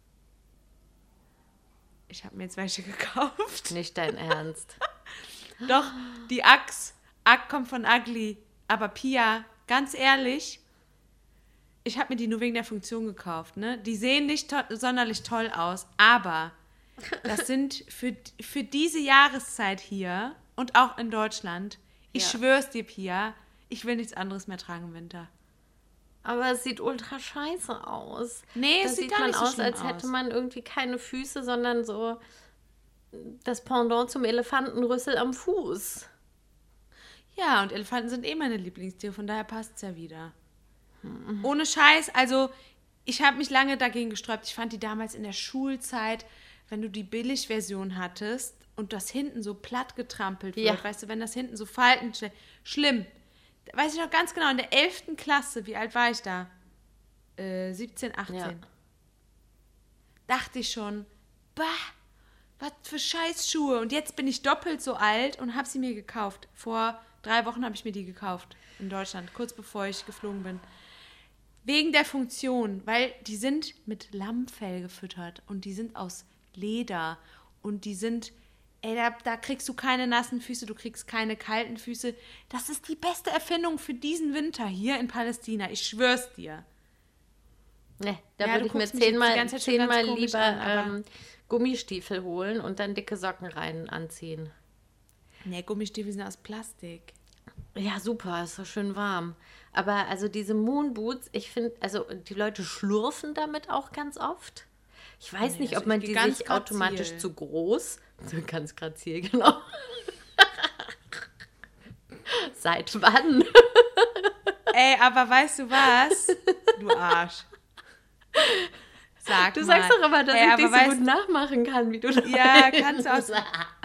Ich habe mir jetzt welche gekauft. Nicht dein Ernst. Doch, die Axe. Ack kommt von Ugly. Aber Pia, ganz ehrlich, ich habe mir die nur wegen der Funktion gekauft. Ne? Die sehen nicht to- sonderlich toll aus, aber das sind für, für diese Jahreszeit hier und auch in Deutschland, ich Ja. schwör's dir, Pia, ich will nichts anderes mehr tragen im Winter. Aber es sieht ultra scheiße aus. Nee, Da es sieht sieht gar man nicht so aus, schlimm als hätte aus. man irgendwie keine Füße, sondern so das Pendant zum Elefantenrüssel am Fuß. Ja, und Elefanten sind eh meine Lieblingstiere, von daher passt's ja wieder. Ohne Scheiß, also ich habe mich lange dagegen gesträubt. Ich fand die damals in der Schulzeit, wenn du die Billigversion hattest und das hinten so platt getrampelt wird, Ja. weißt du, wenn das hinten so Falten, schl- schlimm. Weiß ich noch ganz genau, in der elften Klasse, wie alt war ich da? Äh, siebzehn, achtzehn. Ja. Dachte ich schon, bah, was für Scheißschuhe. Und jetzt bin ich doppelt so alt und habe sie mir gekauft. Vor drei Wochen habe ich mir die gekauft in Deutschland, kurz bevor ich geflogen bin. Wegen der Funktion, weil die sind mit Lammfell gefüttert und die sind aus Leder und die sind, ey, da, da kriegst du keine nassen Füße, du kriegst keine kalten Füße. Das ist die beste Erfindung für diesen Winter hier in Palästina, ich schwör's dir. Ne, da Ja, würde du ich mir guckst mich jetzt die zehnmal, ganze Zeit schon ganz zehnmal komisch lieber an, aber- ähm, Gummistiefel holen und dann dicke Socken rein anziehen. Nee, Gummistiefel sind aus Plastik. Ja, super, ist so schön warm. Aber also diese Moonboots, ich finde, also die Leute schlurfen damit auch ganz oft. Ich weiß Nee, nicht, also ob man ich die geh ganz sich grazil. automatisch zu groß, so ganz grazil, genau. Seit wann? Ey, aber weißt du was? Du Arsch. Sag Du mal. sagst doch immer, dass Ey, ich aber dich so weißt- gut nachmachen kann, wie du das Ja, kannst du auch.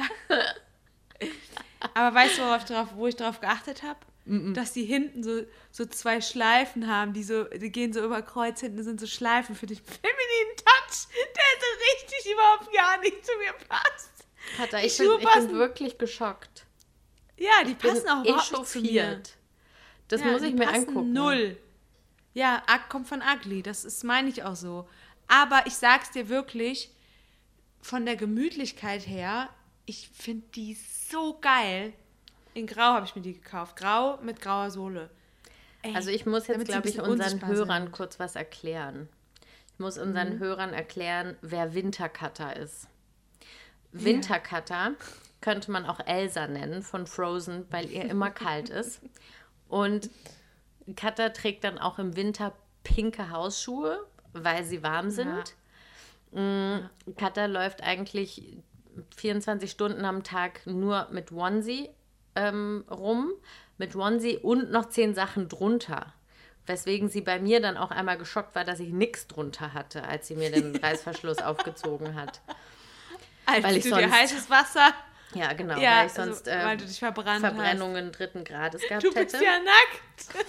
Aber weißt du, worauf drauf, wo ich drauf geachtet habe? Dass die hinten so, so zwei Schleifen haben, die so, die gehen so über Kreuz, hinten sind so Schleifen für dich. Femininen Touch, der so richtig überhaupt gar nicht zu mir passt. Hat er, Die ich, bin, Schuhe ich passen. bin wirklich geschockt. Ja, die Bin passen auch überhaupt nicht zu mir. echauffiert. Das Ja, muss ich die mir passen angucken. Null. Ja, Ugg kommt von Ugly, das ist, meine ich auch so. Aber ich sag's dir wirklich, von der Gemütlichkeit her, ich finde die so geil. In Grau habe ich mir die gekauft. Grau mit grauer Sohle. Ey, Also ich muss jetzt, damit sie ein glaube ich, bisschen unseren unsichtbar Hörern sind. kurz was erklären. Ich muss unseren Mhm. Hörern erklären, wer Wintercutter ist. Wintercutter könnte man auch Elsa nennen von Frozen, weil ihr immer kalt ist. Und Cutter trägt dann auch im Winter pinke Hausschuhe, weil sie warm sind. Mm, Cutter läuft eigentlich vierundzwanzig Stunden am Tag nur mit Onesie ähm, rum, mit Onesie und noch zehn Sachen drunter. Weswegen sie bei mir dann auch einmal geschockt war, dass ich nichts drunter hatte, als sie mir den Reißverschluss aufgezogen hat. Als weil ich du dir sonst- heißes Wasser, Ja, genau, ja, weil ich sonst also, weil äh, du dich verbrannt Verbrennungen dritten Grades hast. gehabt Du bist hätte. ja nackt.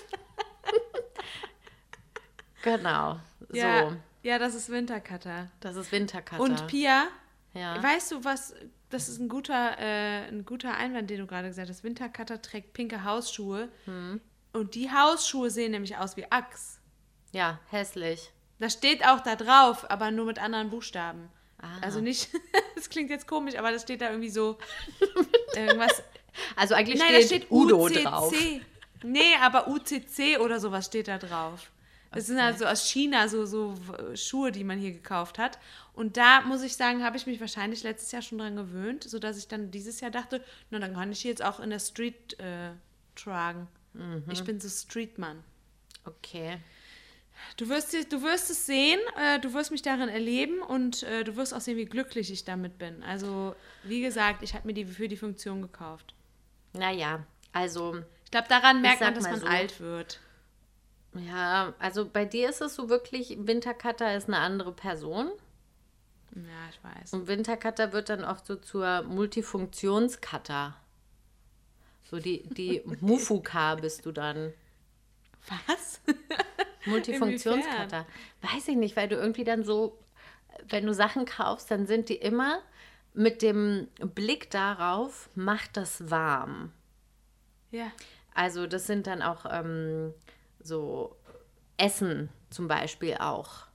Genau, Ja, so. ja, das ist Wintercutter. Das ist Wintercutter. Und Pia, ja. weißt du was, das ist ein guter, äh, ein guter Einwand, den du gerade gesagt hast. Wintercutter trägt pinke Hausschuhe. Hm. Und die Hausschuhe sehen nämlich aus wie Axe. ja, hässlich. Das steht auch da drauf, aber nur mit anderen Buchstaben. Ah. Also nicht, das klingt jetzt komisch, aber das steht da irgendwie so irgendwas. Also eigentlich Nein, steht, da steht Udo U C C. drauf. Nee, aber U C C oder sowas steht da drauf. Das sind also aus China so, so Schuhe, die man hier gekauft hat. Und da muss ich sagen, habe ich mich wahrscheinlich letztes Jahr schon dran gewöhnt, sodass ich dann dieses Jahr dachte, na, dann kann ich die jetzt auch in der Street äh, tragen. Mhm. Ich bin so Streetmann. Okay. Du wirst, du wirst es sehen, äh, du wirst mich darin erleben und äh, du wirst auch sehen, wie glücklich ich damit bin. Also, wie gesagt, ich habe mir die für die Funktion gekauft. Naja, also, Ich glaube, daran merkt sag man, dass mal man so. alt wird. ja, also bei dir ist es so wirklich, Wintercutter ist eine andere Person. Ja, ich weiß. Und Wintercutter wird dann oft so zur Multifunktionscutter. So die, die Mufuka bist du dann. Was? Multifunktionscutter. Weiß ich nicht, weil du irgendwie dann so, wenn du Sachen kaufst, dann sind die immer mit dem Blick darauf, macht das warm. Ja. Also das sind dann auch ähm, so Essen zum Beispiel auch.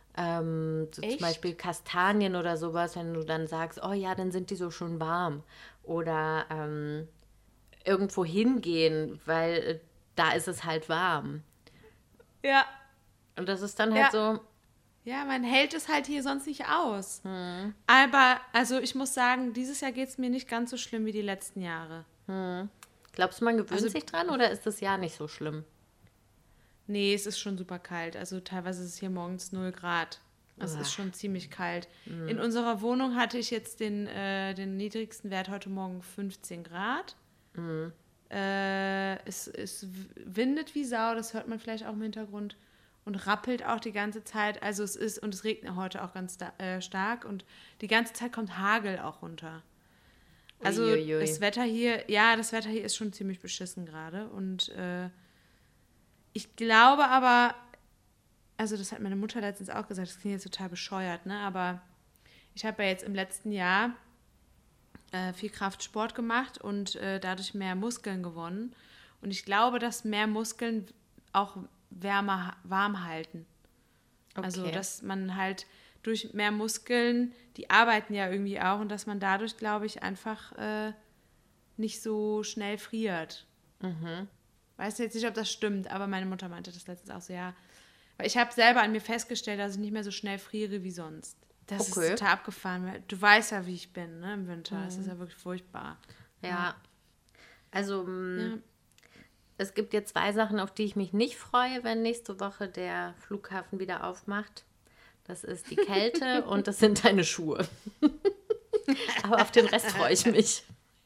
Ähm, so zum Echt? Beispiel Kastanien oder sowas, wenn du dann sagst, oh ja, dann sind die so schon warm. Oder ähm, irgendwo hingehen, weil äh, da ist es halt warm. Ja. Und das ist dann halt Ja. so, Ja, man hält es halt hier sonst nicht aus. Hm. Aber, also ich muss sagen, dieses Jahr geht es mir nicht ganz so schlimm wie die letzten Jahre. glaubst du, man gewöhnt Also- sich dran oder ist das Jahr nicht so schlimm? Nee, es ist schon super kalt. Also teilweise ist es hier morgens null Grad. Es Uah. ist schon ziemlich kalt. In unserer Wohnung hatte ich jetzt den, äh, den niedrigsten Wert heute Morgen fünfzehn Grad. Äh, es, es windet wie Sau, das hört man vielleicht auch im Hintergrund. Und rappelt auch die ganze Zeit. Also es ist, und es regnet heute auch ganz sta- äh, stark. Und die ganze Zeit kommt Hagel auch runter. Also Uiuiui. das Wetter hier, ja, das Wetter hier ist schon ziemlich beschissen gerade. Und äh, ich glaube aber, also das hat meine Mutter letztens auch gesagt, das klingt jetzt total bescheuert, ne? Aber ich habe ja jetzt im letzten Jahr äh, viel Kraftsport gemacht und äh, dadurch mehr Muskeln gewonnen. Und ich glaube, dass mehr Muskeln auch wärmer, warm halten. Also, Okay. dass man halt durch mehr Muskeln, die arbeiten ja irgendwie auch, und dass man dadurch, glaube ich, einfach äh, nicht so schnell friert. Weiß jetzt nicht, ob das stimmt, aber meine Mutter meinte das letztens auch so, ja. Weil ich habe selber an mir festgestellt, dass ich nicht mehr so schnell friere wie sonst. Das Okay. ist total abgefahren. Weil du weißt ja, wie ich bin, ne, im Winter. Es ist ja wirklich furchtbar. Ja. Also, mh, Ja. es gibt jetzt zwei Sachen, auf die ich mich nicht freue, wenn nächste Woche der Flughafen wieder aufmacht. Das ist die Kälte und das sind deine Schuhe. Aber auf den Rest freue ich mich.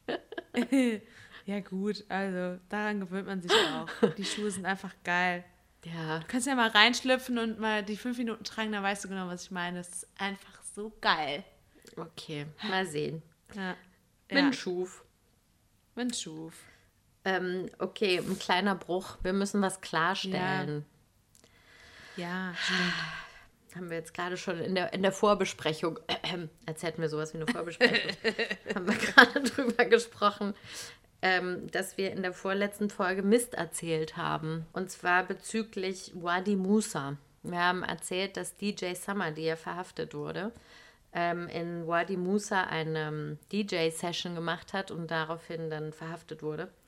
Ja gut, also daran gewöhnt man sich auch. Die Schuhe sind einfach geil. Ja, Du kannst ja mal reinschlüpfen und mal die fünf Minuten tragen, dann weißt du genau, was ich meine. Das ist einfach so geil. okay, mal sehen. Ja. Ja. Windschuf. Windschuf. Ähm, okay, ein kleiner Bruch. Wir müssen was klarstellen. Ja, stimmt. Haben wir jetzt gerade schon in der, in der Vorbesprechung, äh, als hätten wir sowas wie eine Vorbesprechung, haben wir gerade drüber gesprochen, ähm, dass wir in der vorletzten Folge Mist erzählt haben. Und zwar bezüglich Wadi Musa. Wir haben erzählt, dass D J Summer, die ja verhaftet wurde, ähm, in Wadi Musa eine ähm, D J-Session gemacht hat und daraufhin dann verhaftet wurde.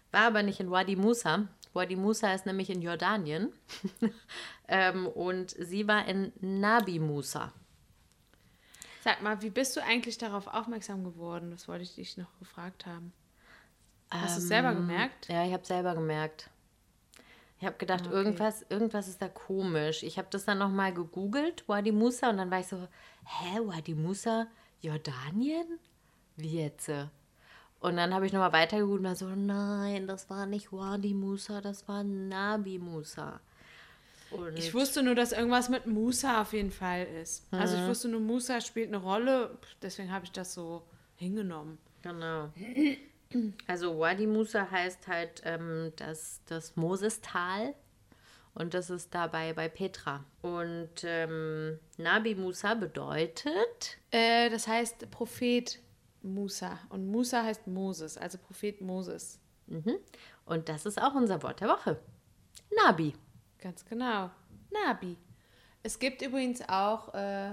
War aber nicht in Wadi Musa. Wadi Musa ist nämlich in Jordanien. ähm, und sie war in Nabi Musa. Sag mal, wie bist du eigentlich darauf aufmerksam geworden? Das wollte ich dich noch gefragt haben. Hast du es selber gemerkt? Ja, ich habe selber gemerkt. Ich habe gedacht, Okay. irgendwas, irgendwas ist da komisch. Ich habe das dann nochmal gegoogelt, Wadi Musa, und dann war ich so, hä, Wadi Musa, Jordanien? Wie jetzt? Und dann habe ich nochmal weitergegoogelt und war so, nein, das war nicht Wadi Musa, das war Nabi Musa. Und Ich wusste nur, dass irgendwas mit Musa auf jeden Fall ist. Also ich wusste nur, Musa spielt eine Rolle, deswegen habe ich das so hingenommen. Genau. Also Wadi Musa heißt halt ähm, das, das Mosestal und das ist dabei bei Petra. Und ähm, Nabi Musa bedeutet, Äh, das heißt Prophet Musa und Musa heißt Moses, also Prophet Moses. und das ist auch unser Wort der Woche, Nabi. Ganz genau. Nabi. Es gibt übrigens auch äh,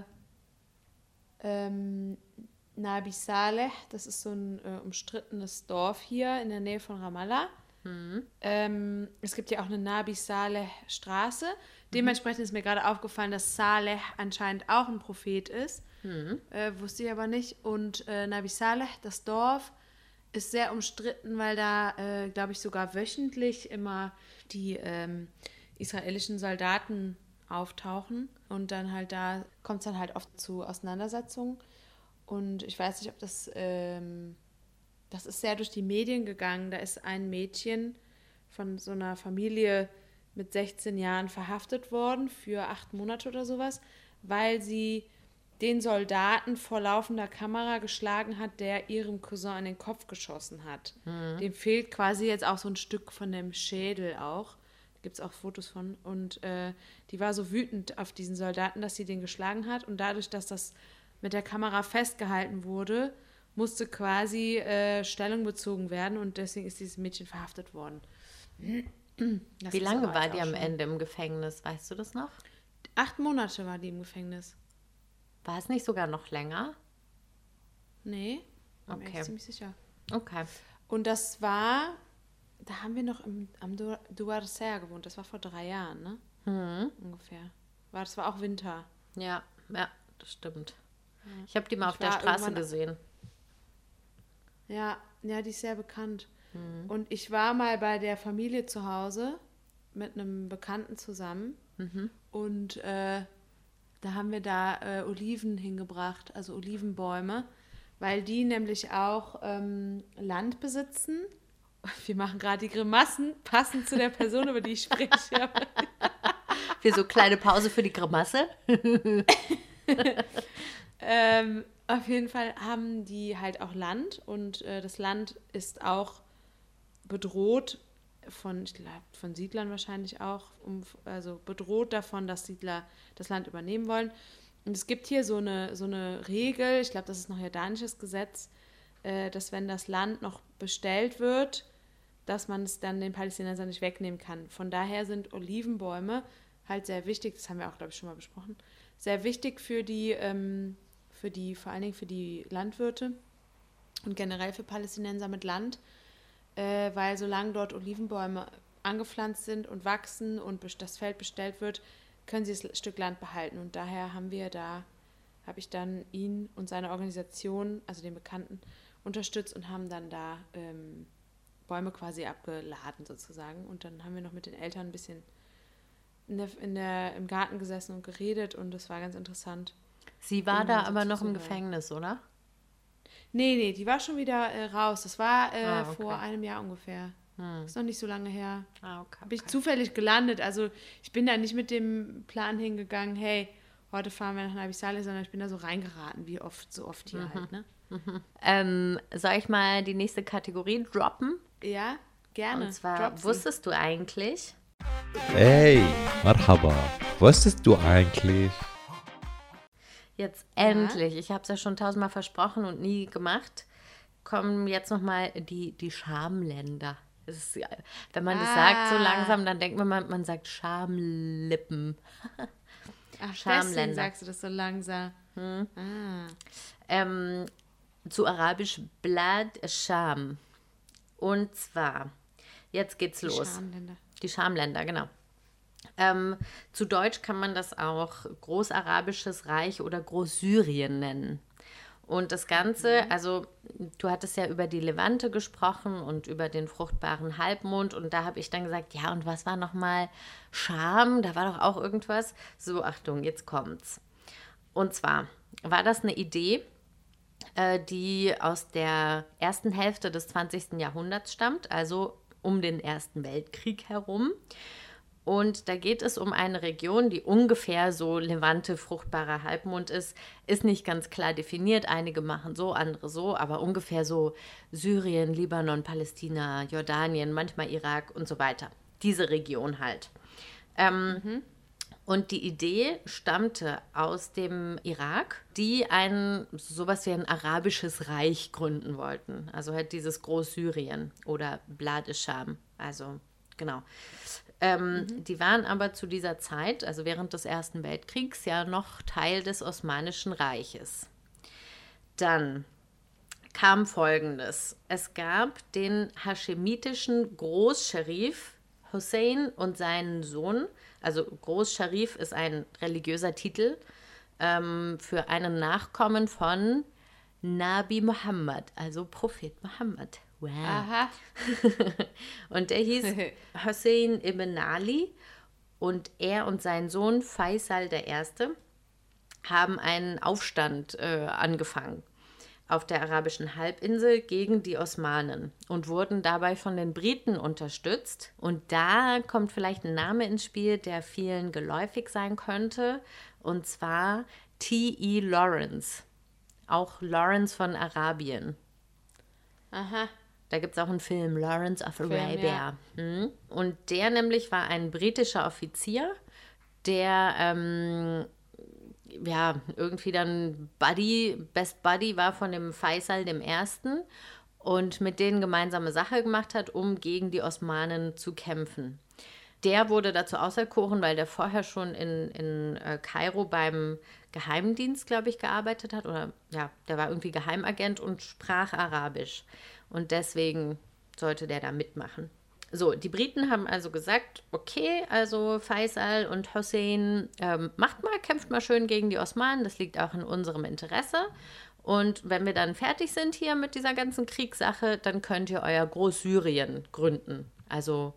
ähm, Nabi Saleh, das ist so ein äh, umstrittenes Dorf hier in der Nähe von Ramallah. Ähm, es gibt ja auch eine Nabi Saleh Straße. Dementsprechend ist mir gerade aufgefallen, dass Saleh anscheinend auch ein Prophet ist. Äh, wusste ich aber nicht. Und äh, Nabi Saleh, das Dorf, ist sehr umstritten, weil da, äh, glaube ich, sogar wöchentlich immer die ähm, israelischen Soldaten auftauchen. Und dann halt da kommt es dann halt oft zu Auseinandersetzungen. Und ich weiß nicht, ob das, ähm, das ist sehr durch die Medien gegangen. Da ist ein Mädchen von so einer Familie mit sechzehn Jahren verhaftet worden für acht Monate oder sowas, weil sie den Soldaten vor laufender Kamera geschlagen hat, der ihrem Cousin in den Kopf geschossen hat. Dem fehlt quasi jetzt auch so ein Stück von dem Schädel auch. Da gibt es auch Fotos von. Und äh, die war so wütend auf diesen Soldaten, dass sie den geschlagen hat. Und dadurch, dass das mit der Kamera festgehalten wurde, musste quasi äh, Stellung bezogen werden. Und deswegen ist dieses Mädchen verhaftet worden. Das Wie ist lange aber war jetzt die auch am schon- Ende im Gefängnis? Weißt du das noch? Acht Monate war die im Gefängnis. War es nicht sogar noch länger? Nee, bin mir Okay. echt ziemlich sicher. Okay. Und das war, da haben wir noch im, am Du- Duarser gewohnt. Das war vor drei Jahren, ne? Mhm. Ungefähr. War, das war auch Winter. Ja, ja, das stimmt. Ich habe die mal Ich auf der war Straße irgendwann- gesehen. Ja, ja, die ist sehr bekannt. Und ich war mal bei der Familie zu Hause mit einem Bekannten zusammen. Und äh, da haben wir da äh, Oliven hingebracht, also Olivenbäume, weil die nämlich auch ähm, Land besitzen. Wir machen gerade die Grimassen, passend zu der Person, über die ich spreche. Für so kleine Pause für die Grimasse. Ähm, auf jeden Fall haben die halt auch Land und äh, das Land ist auch bedroht von, ich glaube, von Siedlern wahrscheinlich auch, um, also bedroht davon, dass Siedler das Land übernehmen wollen. Und es gibt hier so eine, so eine Regel, ich glaube, das ist noch jordanisches Gesetz, äh, dass wenn das Land noch bestellt wird, dass man es dann den Palästinensern nicht wegnehmen kann. Von daher sind Olivenbäume halt sehr wichtig, das haben wir auch, glaube ich, schon mal besprochen, sehr wichtig für die, ähm, für die, vor allen Dingen für die Landwirte und generell für Palästinenser mit Land, äh, weil solange dort Olivenbäume angepflanzt sind und wachsen und bes- das Feld bestellt wird, können sie das Stück Land behalten. Und daher haben wir da, habe ich dann ihn und seine Organisation, also den Bekannten, unterstützt und haben dann da ähm, Bäume quasi abgeladen sozusagen. Und dann haben wir noch mit den Eltern ein bisschen in der, in der, im Garten gesessen und geredet und das war ganz interessant. Sie war Ihnen da so aber noch im zuzuhören. Gefängnis, oder? Nee, nee, die war schon wieder äh, raus. Das war äh, Ah, okay. vor einem Jahr ungefähr. Ist noch nicht so lange her. Ah, okay. Bin ich zufällig gelandet. Also ich bin da nicht mit dem Plan hingegangen, hey, heute fahren wir nach Nabi Saleh, sondern ich bin da so reingeraten, wie oft, so oft hier halt, ne? Ähm, soll ich mal die nächste Kategorie droppen? Ja, gerne. Und zwar, Drop sie. wusstest du eigentlich? Hey, Marhaba. Wusstest du eigentlich? Jetzt endlich, ich habe es ja schon tausendmal versprochen und nie gemacht, kommen jetzt nochmal die, die Schamländer. Das ist, ja- wenn man das sagt so Ah. langsam, dann denkt man, man, man sagt Schamlippen. Ach, deswegen Schamländer. sagst du das so langsam. Ah. Ähm, zu Arabisch Blad Sham. Und zwar Jetzt geht's Die los. Schamländer. Die Schamländer, genau. Ähm, zu Deutsch kann man das auch Großarabisches Reich oder Großsyrien nennen. Und das Ganze, also du hattest ja über die Levante gesprochen und über den fruchtbaren Halbmond und da habe ich dann gesagt, ja und was war nochmal Scham? Da war doch auch irgendwas. So, Achtung, jetzt kommt's. Und zwar war das eine Idee, äh, die aus der ersten Hälfte des zwanzigsten Jahrhunderts stammt, also um den Ersten Weltkrieg herum. Und da geht es um eine Region, die ungefähr so Levante, fruchtbarer Halbmond ist. Ist nicht ganz klar definiert. Einige machen so, andere so, aber ungefähr so Syrien, Libanon, Palästina, Jordanien, manchmal Irak und so weiter. Diese Region halt. Ähm, mhm. Und die Idee stammte aus dem Irak, die ein sowas wie ein arabisches Reich gründen wollten. Also halt dieses Großsyrien oder Blad Sham. Also genau. Ähm, mhm. Die waren aber zu dieser Zeit, also während des Ersten Weltkriegs, ja noch Teil des Osmanischen Reiches. Dann kam Folgendes. Es gab den haschemitischen Großscharif Hussein und seinen Sohn. Also Großscharif ist ein religiöser Titel ähm, für einen Nachkommen von Nabi Muhammad, also Prophet Muhammad. Wow. Aha. Und der hieß Hussein ibn Ali und er und sein Sohn Faisal der Erste haben einen Aufstand äh, angefangen auf der arabischen Halbinsel gegen die Osmanen und wurden dabei von den Briten unterstützt. Und da kommt vielleicht ein Name ins Spiel, der vielen geläufig sein könnte, und zwar T E Lawrence, auch Lawrence von Arabien. Aha. Da gibt es auch einen Film, Lawrence of Film, Arabia. ja. Mhm. Und der nämlich war ein britischer Offizier, der ähm, ja irgendwie dann Buddy, Best Buddy war von dem Faisal dem Ersten und mit denen gemeinsame Sache gemacht hat, um gegen die Osmanen zu kämpfen. Der wurde dazu auserkoren, weil der vorher schon in, in äh, Kairo beim Geheimdienst, glaube ich, gearbeitet hat. Oder ja, der war irgendwie Geheimagent und sprach Arabisch. Und deswegen sollte der da mitmachen. So, die Briten haben also gesagt, okay, also Faisal und Hussein, ähm, macht mal, kämpft mal schön gegen die Osmanen, das liegt auch in unserem Interesse. Und wenn wir dann fertig sind hier mit dieser ganzen Kriegssache, dann könnt ihr euer Großsyrien gründen. Also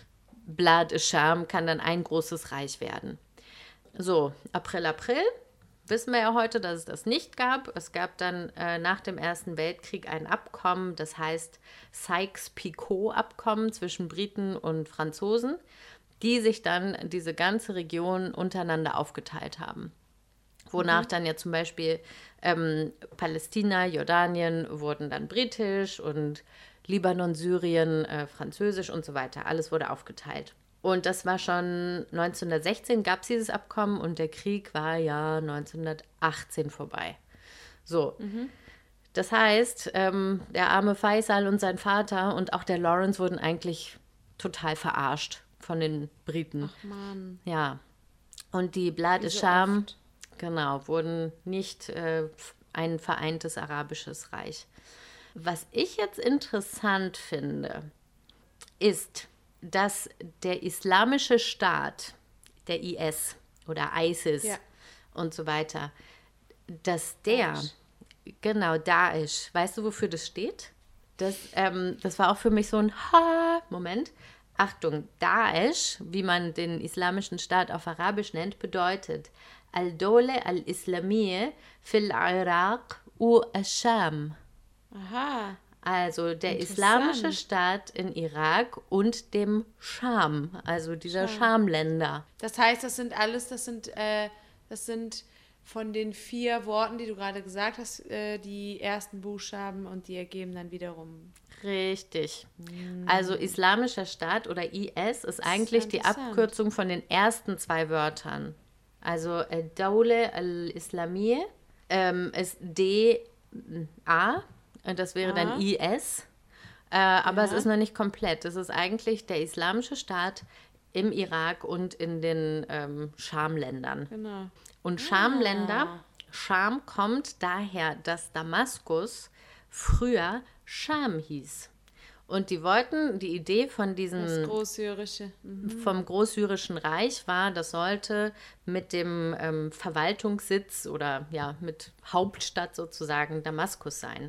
Blad Sham kann dann ein großes Reich werden. So, April, April. Wissen wir ja heute, dass es das nicht gab. Es gab dann äh, nach dem Ersten Weltkrieg ein Abkommen, das heißt Sykes-Picot-Abkommen zwischen Briten und Franzosen, die sich dann diese ganze Region untereinander aufgeteilt haben. Wonach mhm. dann ja zum Beispiel ähm, Palästina, Jordanien wurden dann britisch und Libanon, Syrien, äh, französisch und so weiter. Alles wurde aufgeteilt. Und das war schon neunzehnhundertsechzehn gab es dieses Abkommen und der Krieg war ja neunzehnhundertachtzehn vorbei. So, mhm. das heißt, ähm, der arme Faisal und sein Vater und auch der Lawrence wurden eigentlich total verarscht von den Briten. Ach Mann. Ja, und die Blad Sham, genau, wurden nicht äh, ein vereintes arabisches Reich. Was ich jetzt interessant finde, ist, dass der islamische Staat, der I S oder ISIS ja. und so weiter, dass der, Daesh. genau, Daesh, weißt du, wofür das steht? Das, ähm, das war auch für mich so ein Ha-Moment. Achtung, Daesh, wie man den islamischen Staat auf Arabisch nennt, bedeutet Al-Dawla al-Islamiyya fil Iraq u al-Sham. Aha. Also der islamische Staat in Irak und dem Scham, also dieser Scham. Schamländer. Das heißt, das sind alles, das sind, äh, das sind von den vier Worten, die du gerade gesagt hast, äh, die ersten Buchstaben und die ergeben dann wiederum. Richtig. Hm. Also islamischer Staat oder I S ist eigentlich die Abkürzung von den ersten zwei Wörtern. Also Dawla al-Islamiyya ähm, ist D A. Und das wäre ah. dann I S. Äh, aber ja. es ist noch nicht komplett. Es ist eigentlich der islamische Staat im Irak und in den ähm, Schamländern. Genau. Und Schamländer, ah. Scham kommt daher, dass Damaskus früher Scham hieß. Und die wollten, die Idee von diesem Das Großsyrische. Mhm. vom Großsyrischen Reich war, das sollte mit dem ähm, Verwaltungssitz oder ja, mit Hauptstadt sozusagen Damaskus sein.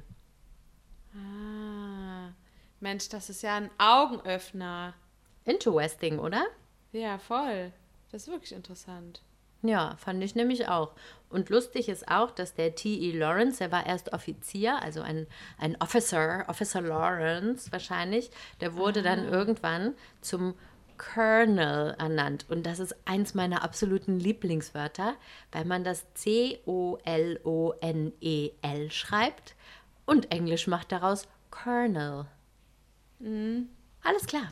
Ah, Mensch, das ist ja ein Augenöffner. Interesting, oder? Ja, voll. Das ist wirklich interessant. Ja, fand ich nämlich auch. Und lustig ist auch, dass der T E. Lawrence, der war erst Offizier, also ein, ein Officer, Officer Lawrence wahrscheinlich, der wurde dann irgendwann zum Colonel ernannt. Und das ist eins meiner absoluten Lieblingswörter, weil man das C O L O N E L schreibt und Englisch macht daraus Colonel. Alles klar.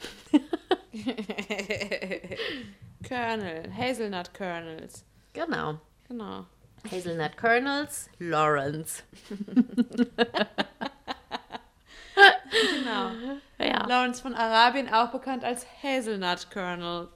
Kernel, Hazelnut Kernels. Genau. Genau. Hazelnut Colonels, Lawrence. Genau. Ja. Lawrence von Arabien, auch bekannt als Hazelnut Kernel.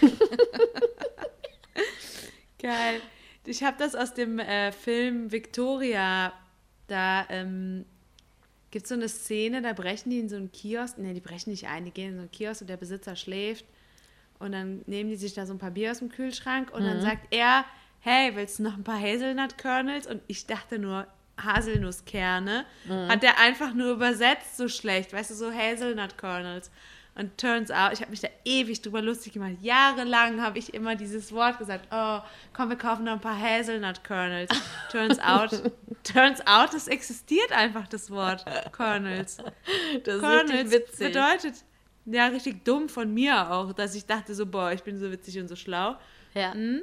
Geil. Ich habe das aus dem äh, Film Victoria. Da ähm, gibt es so eine Szene, da brechen die in so einen Kiosk. Ne, die brechen nicht ein, die gehen in so einen Kiosk und der Besitzer schläft. Und dann nehmen die sich da so ein paar Bier aus dem Kühlschrank und mhm. dann sagt er, hey, willst du noch ein paar Hazelnut-Kernels? Und ich dachte nur, Haselnusskerne. Mhm. Hat der einfach nur übersetzt so schlecht, weißt du, so Hazelnut-Kernels. Und turns out, ich habe mich da ewig drüber lustig gemacht. Jahrelang habe ich immer dieses Wort gesagt, oh, komm, wir kaufen noch ein paar Hazelnut-Kernels. Turns out, turns out, es existiert einfach das Wort Kernels. Das ist Kernels richtig witzig. bedeutet, ja, richtig dumm von mir auch, dass ich dachte so, boah, ich bin so witzig und so schlau. Ja. Mhm.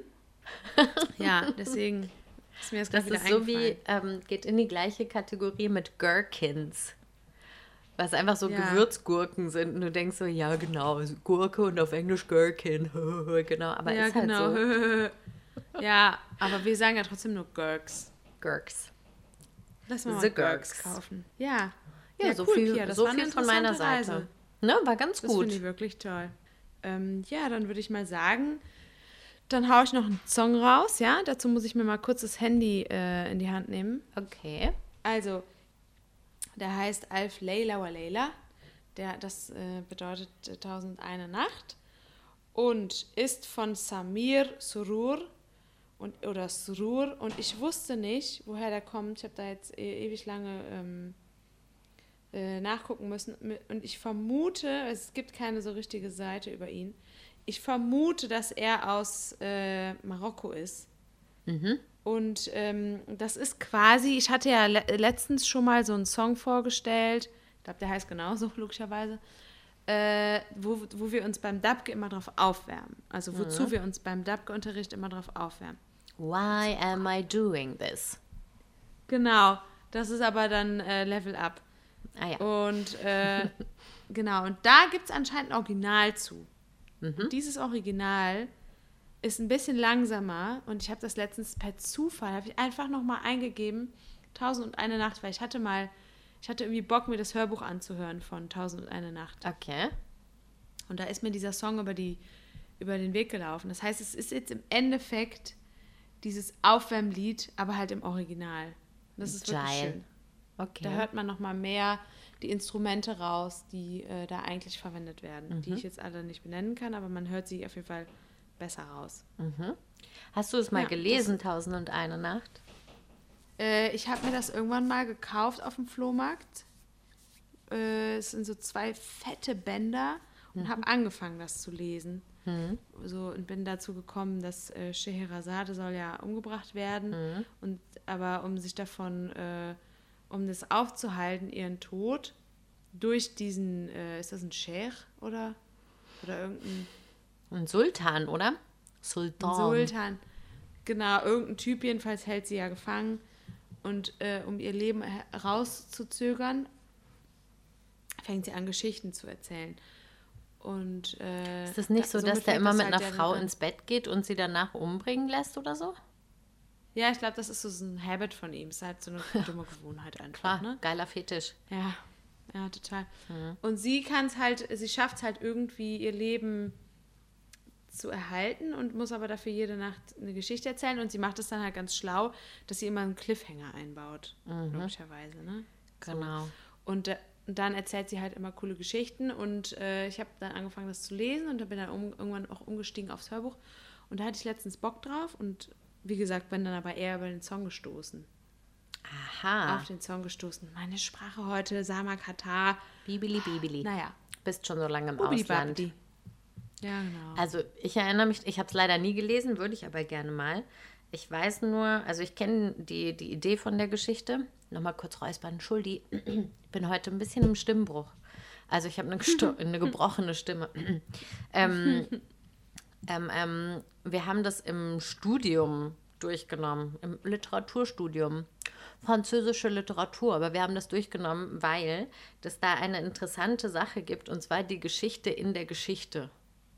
Ja, deswegen ist mir das gerade Das wieder ist so wie, ähm, geht in die gleiche Kategorie mit Gherkins. Was einfach so Ja. Gewürzgurken sind. Und du denkst so, ja genau, also Gurke und auf Englisch Gherkin. Genau, aber Ja, ist halt genau. so. Ja, aber wir sagen ja trotzdem nur Gurks. Gurks. Lass mal, The mal Gurks Gurks. kaufen. Ja. Ja, so cool, viel, Pia, das so war eine viel von meiner interessante Seite. Reise. Ne, war ganz Das gut. finde ich wirklich toll. Ähm, ja, dann würde ich mal sagen, dann haue ich noch einen Song raus, ja? Dazu muss ich mir mal kurz das Handy äh, in die Hand nehmen. Okay. Also, der heißt Alf Leila wa Leila. Der, das äh, bedeutet äh, Tausendundeine Nacht. Und ist von Samir Surur und, oder Surur. Und ich wusste nicht, woher der kommt. Ich habe da jetzt e- ewig lange ähm, äh, nachgucken müssen. Und ich vermute, es gibt keine so richtige Seite über ihn. Ich vermute, dass er aus äh, Marokko ist. Mhm. Und ähm, das ist quasi, ich hatte ja le- letztens schon mal so einen Song vorgestellt, ich glaube, der heißt genauso, logischerweise, äh, wo, wo wir uns beim Dabke immer drauf aufwärmen. Also wozu Mhm. wir uns beim Dabke-Unterricht immer drauf aufwärmen. Why am I doing this? Genau, das ist aber dann äh, Level Up. Ah ja. Und äh, genau, und da gibt es anscheinend ein Original zu. Mhm. Und dieses Original ist ein bisschen langsamer und ich habe das letztens per Zufall, habe ich einfach nochmal eingegeben, Tausendundeine Nacht, weil ich hatte mal, ich hatte irgendwie Bock, mir das Hörbuch anzuhören von Tausendundeine Nacht. Okay. Und da ist mir dieser Song über, die, über den Weg gelaufen. Das heißt, es ist jetzt im Endeffekt dieses Aufwärmlied, aber halt im Original. Das ist wirklich Geil. schön. Okay. Da hört man nochmal mehr die Instrumente raus, die äh, da eigentlich verwendet werden, Mhm. die ich jetzt alle nicht benennen kann, aber man hört sie auf jeden Fall besser raus. Mhm. Hast du es mal Ja, gelesen, Tausendundeine Nacht? Äh, ich habe mir das irgendwann mal gekauft auf dem Flohmarkt. Äh, es sind so zwei fette Bänder und habe angefangen, das zu lesen. Mhm. So, und bin dazu gekommen, dass äh, Scheherazade soll ja umgebracht werden. Mhm. Und aber um sich davon, äh, um das aufzuhalten, ihren Tod, durch diesen, äh, ist das ein Scheich oder, oder irgendein Ein Sultan, oder? Sultan. Sultan. Genau, irgendein Typ jedenfalls hält sie ja gefangen. Und äh, um ihr Leben herauszuzögern, fängt sie an, Geschichten zu erzählen. Und, äh, Ist das nicht so, somit dass der fängt immer das mit halt einer deren Frau an. ins Bett geht und sie danach umbringen lässt oder so? Ja, ich glaube, das ist so ein Habit von ihm. Ist halt so eine dumme Gewohnheit einfach. Klar, Ne? geiler Fetisch. Ja, ja, total. Mhm. Und sie kann es halt, sie schafft es halt irgendwie, ihr Leben zu erhalten und muss aber dafür jede Nacht eine Geschichte erzählen. Und sie macht es dann halt ganz schlau, dass sie immer einen Cliffhanger einbaut, Mhm. logischerweise. Ne? So. Genau. Und, äh, und dann erzählt sie halt immer coole Geschichten und äh, ich habe dann angefangen, das zu lesen und dann bin dann um, irgendwann auch umgestiegen aufs Hörbuch und da hatte ich letztens Bock drauf und wie gesagt, bin dann aber eher über den Song gestoßen. Aha. Auf den Song gestoßen. Meine Sprache heute, Sama Katar. Bibili, bibili. Naja. Bist schon so lange im Bubidi Ausland. Babidi. Ja, genau. Also ich erinnere mich, ich habe es leider nie gelesen, würde ich aber gerne mal. Ich weiß nur, also ich kenne die, die Idee von der Geschichte. Nochmal kurz räuspern, Entschuldi. Ich bin heute ein bisschen im Stimmbruch. Also ich habe eine, gesto- eine gebrochene Stimme. ähm, ähm, ähm, wir haben das im Studium durchgenommen, im Literaturstudium. Französische Literatur, aber wir haben das durchgenommen, weil es da eine interessante Sache gibt, und zwar die Geschichte in der Geschichte.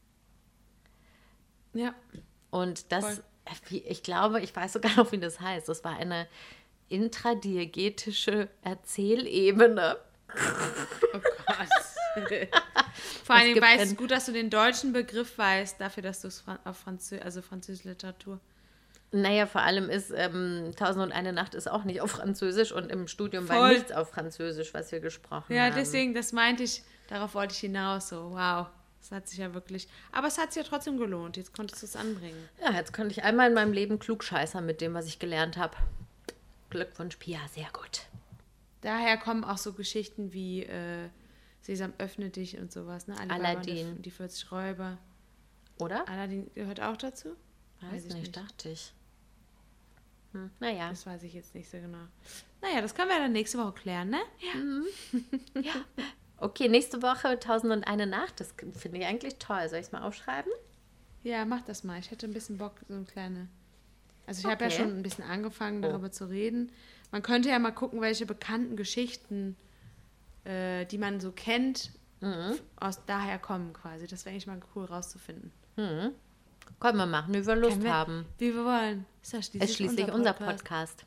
Ja. Und das, Voll. wie- ich glaube, ich weiß sogar noch, wie das heißt. Das war eine intradiegetische Erzählebene. Oh Gott. Vor allen Dingen gibt weißt ein- du gut, dass du den deutschen Begriff weißt, dafür, dass du es Fran- auf Franzö also französische Literatur. Naja, vor allem ist ähm, Tausend und eine Nacht ist auch nicht auf Französisch und im Studium war Voll. nichts auf Französisch, was wir gesprochen Ja, haben. deswegen, das meinte ich, darauf wollte ich hinaus. So, wow, das hat sich ja wirklich. Aber es hat sich ja trotzdem gelohnt. Jetzt konntest du es anbringen. Ja, jetzt könnte ich einmal in meinem Leben klugscheißern mit dem, was ich gelernt habe. Glückwunsch, Pia, sehr gut. Daher kommen auch so Geschichten wie äh, Sesam, öffne dich und sowas. Ne? Alibaba und Aladdin. der- Die vierzig Räuber. Oder? Aladdin gehört auch dazu? Weiß nicht, dachte ich. Hm, naja. Das weiß ich jetzt nicht so genau. Naja, das können wir dann nächste Woche klären, ne? Ja. Okay, nächste Woche Tausend und eine Nacht. Das finde ich eigentlich toll. Soll ich es mal aufschreiben? Ja, mach das mal. Ich hätte ein bisschen Bock, so eine kleine. Also ich habe ja Okay. schon ein bisschen angefangen, Oh. darüber zu reden. Man könnte ja mal gucken, welche bekannten Geschichten, äh, die man so kennt, Mhm. aus daher kommen quasi. Das wäre eigentlich mal cool rauszufinden. Können wir machen, wie wir Lust Können wir- haben. Wie wir wollen. Ist ja schließlich, Ist schließlich unser Podcast.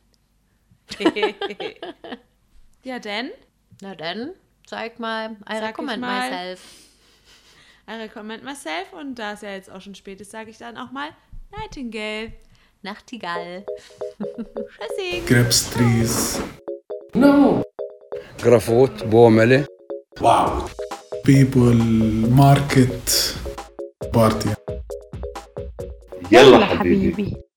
Ja, denn, Na dann, zeig mal. I Sag ich recommend mal. myself. I recommend myself und da es ja jetzt auch schon spät ist, sage ich dann auch mal Nightingale. Nachtigall. Tschüssi. grapes trees, No. جرافوت بوملة Wow. people, market, party. يلا حبيبي.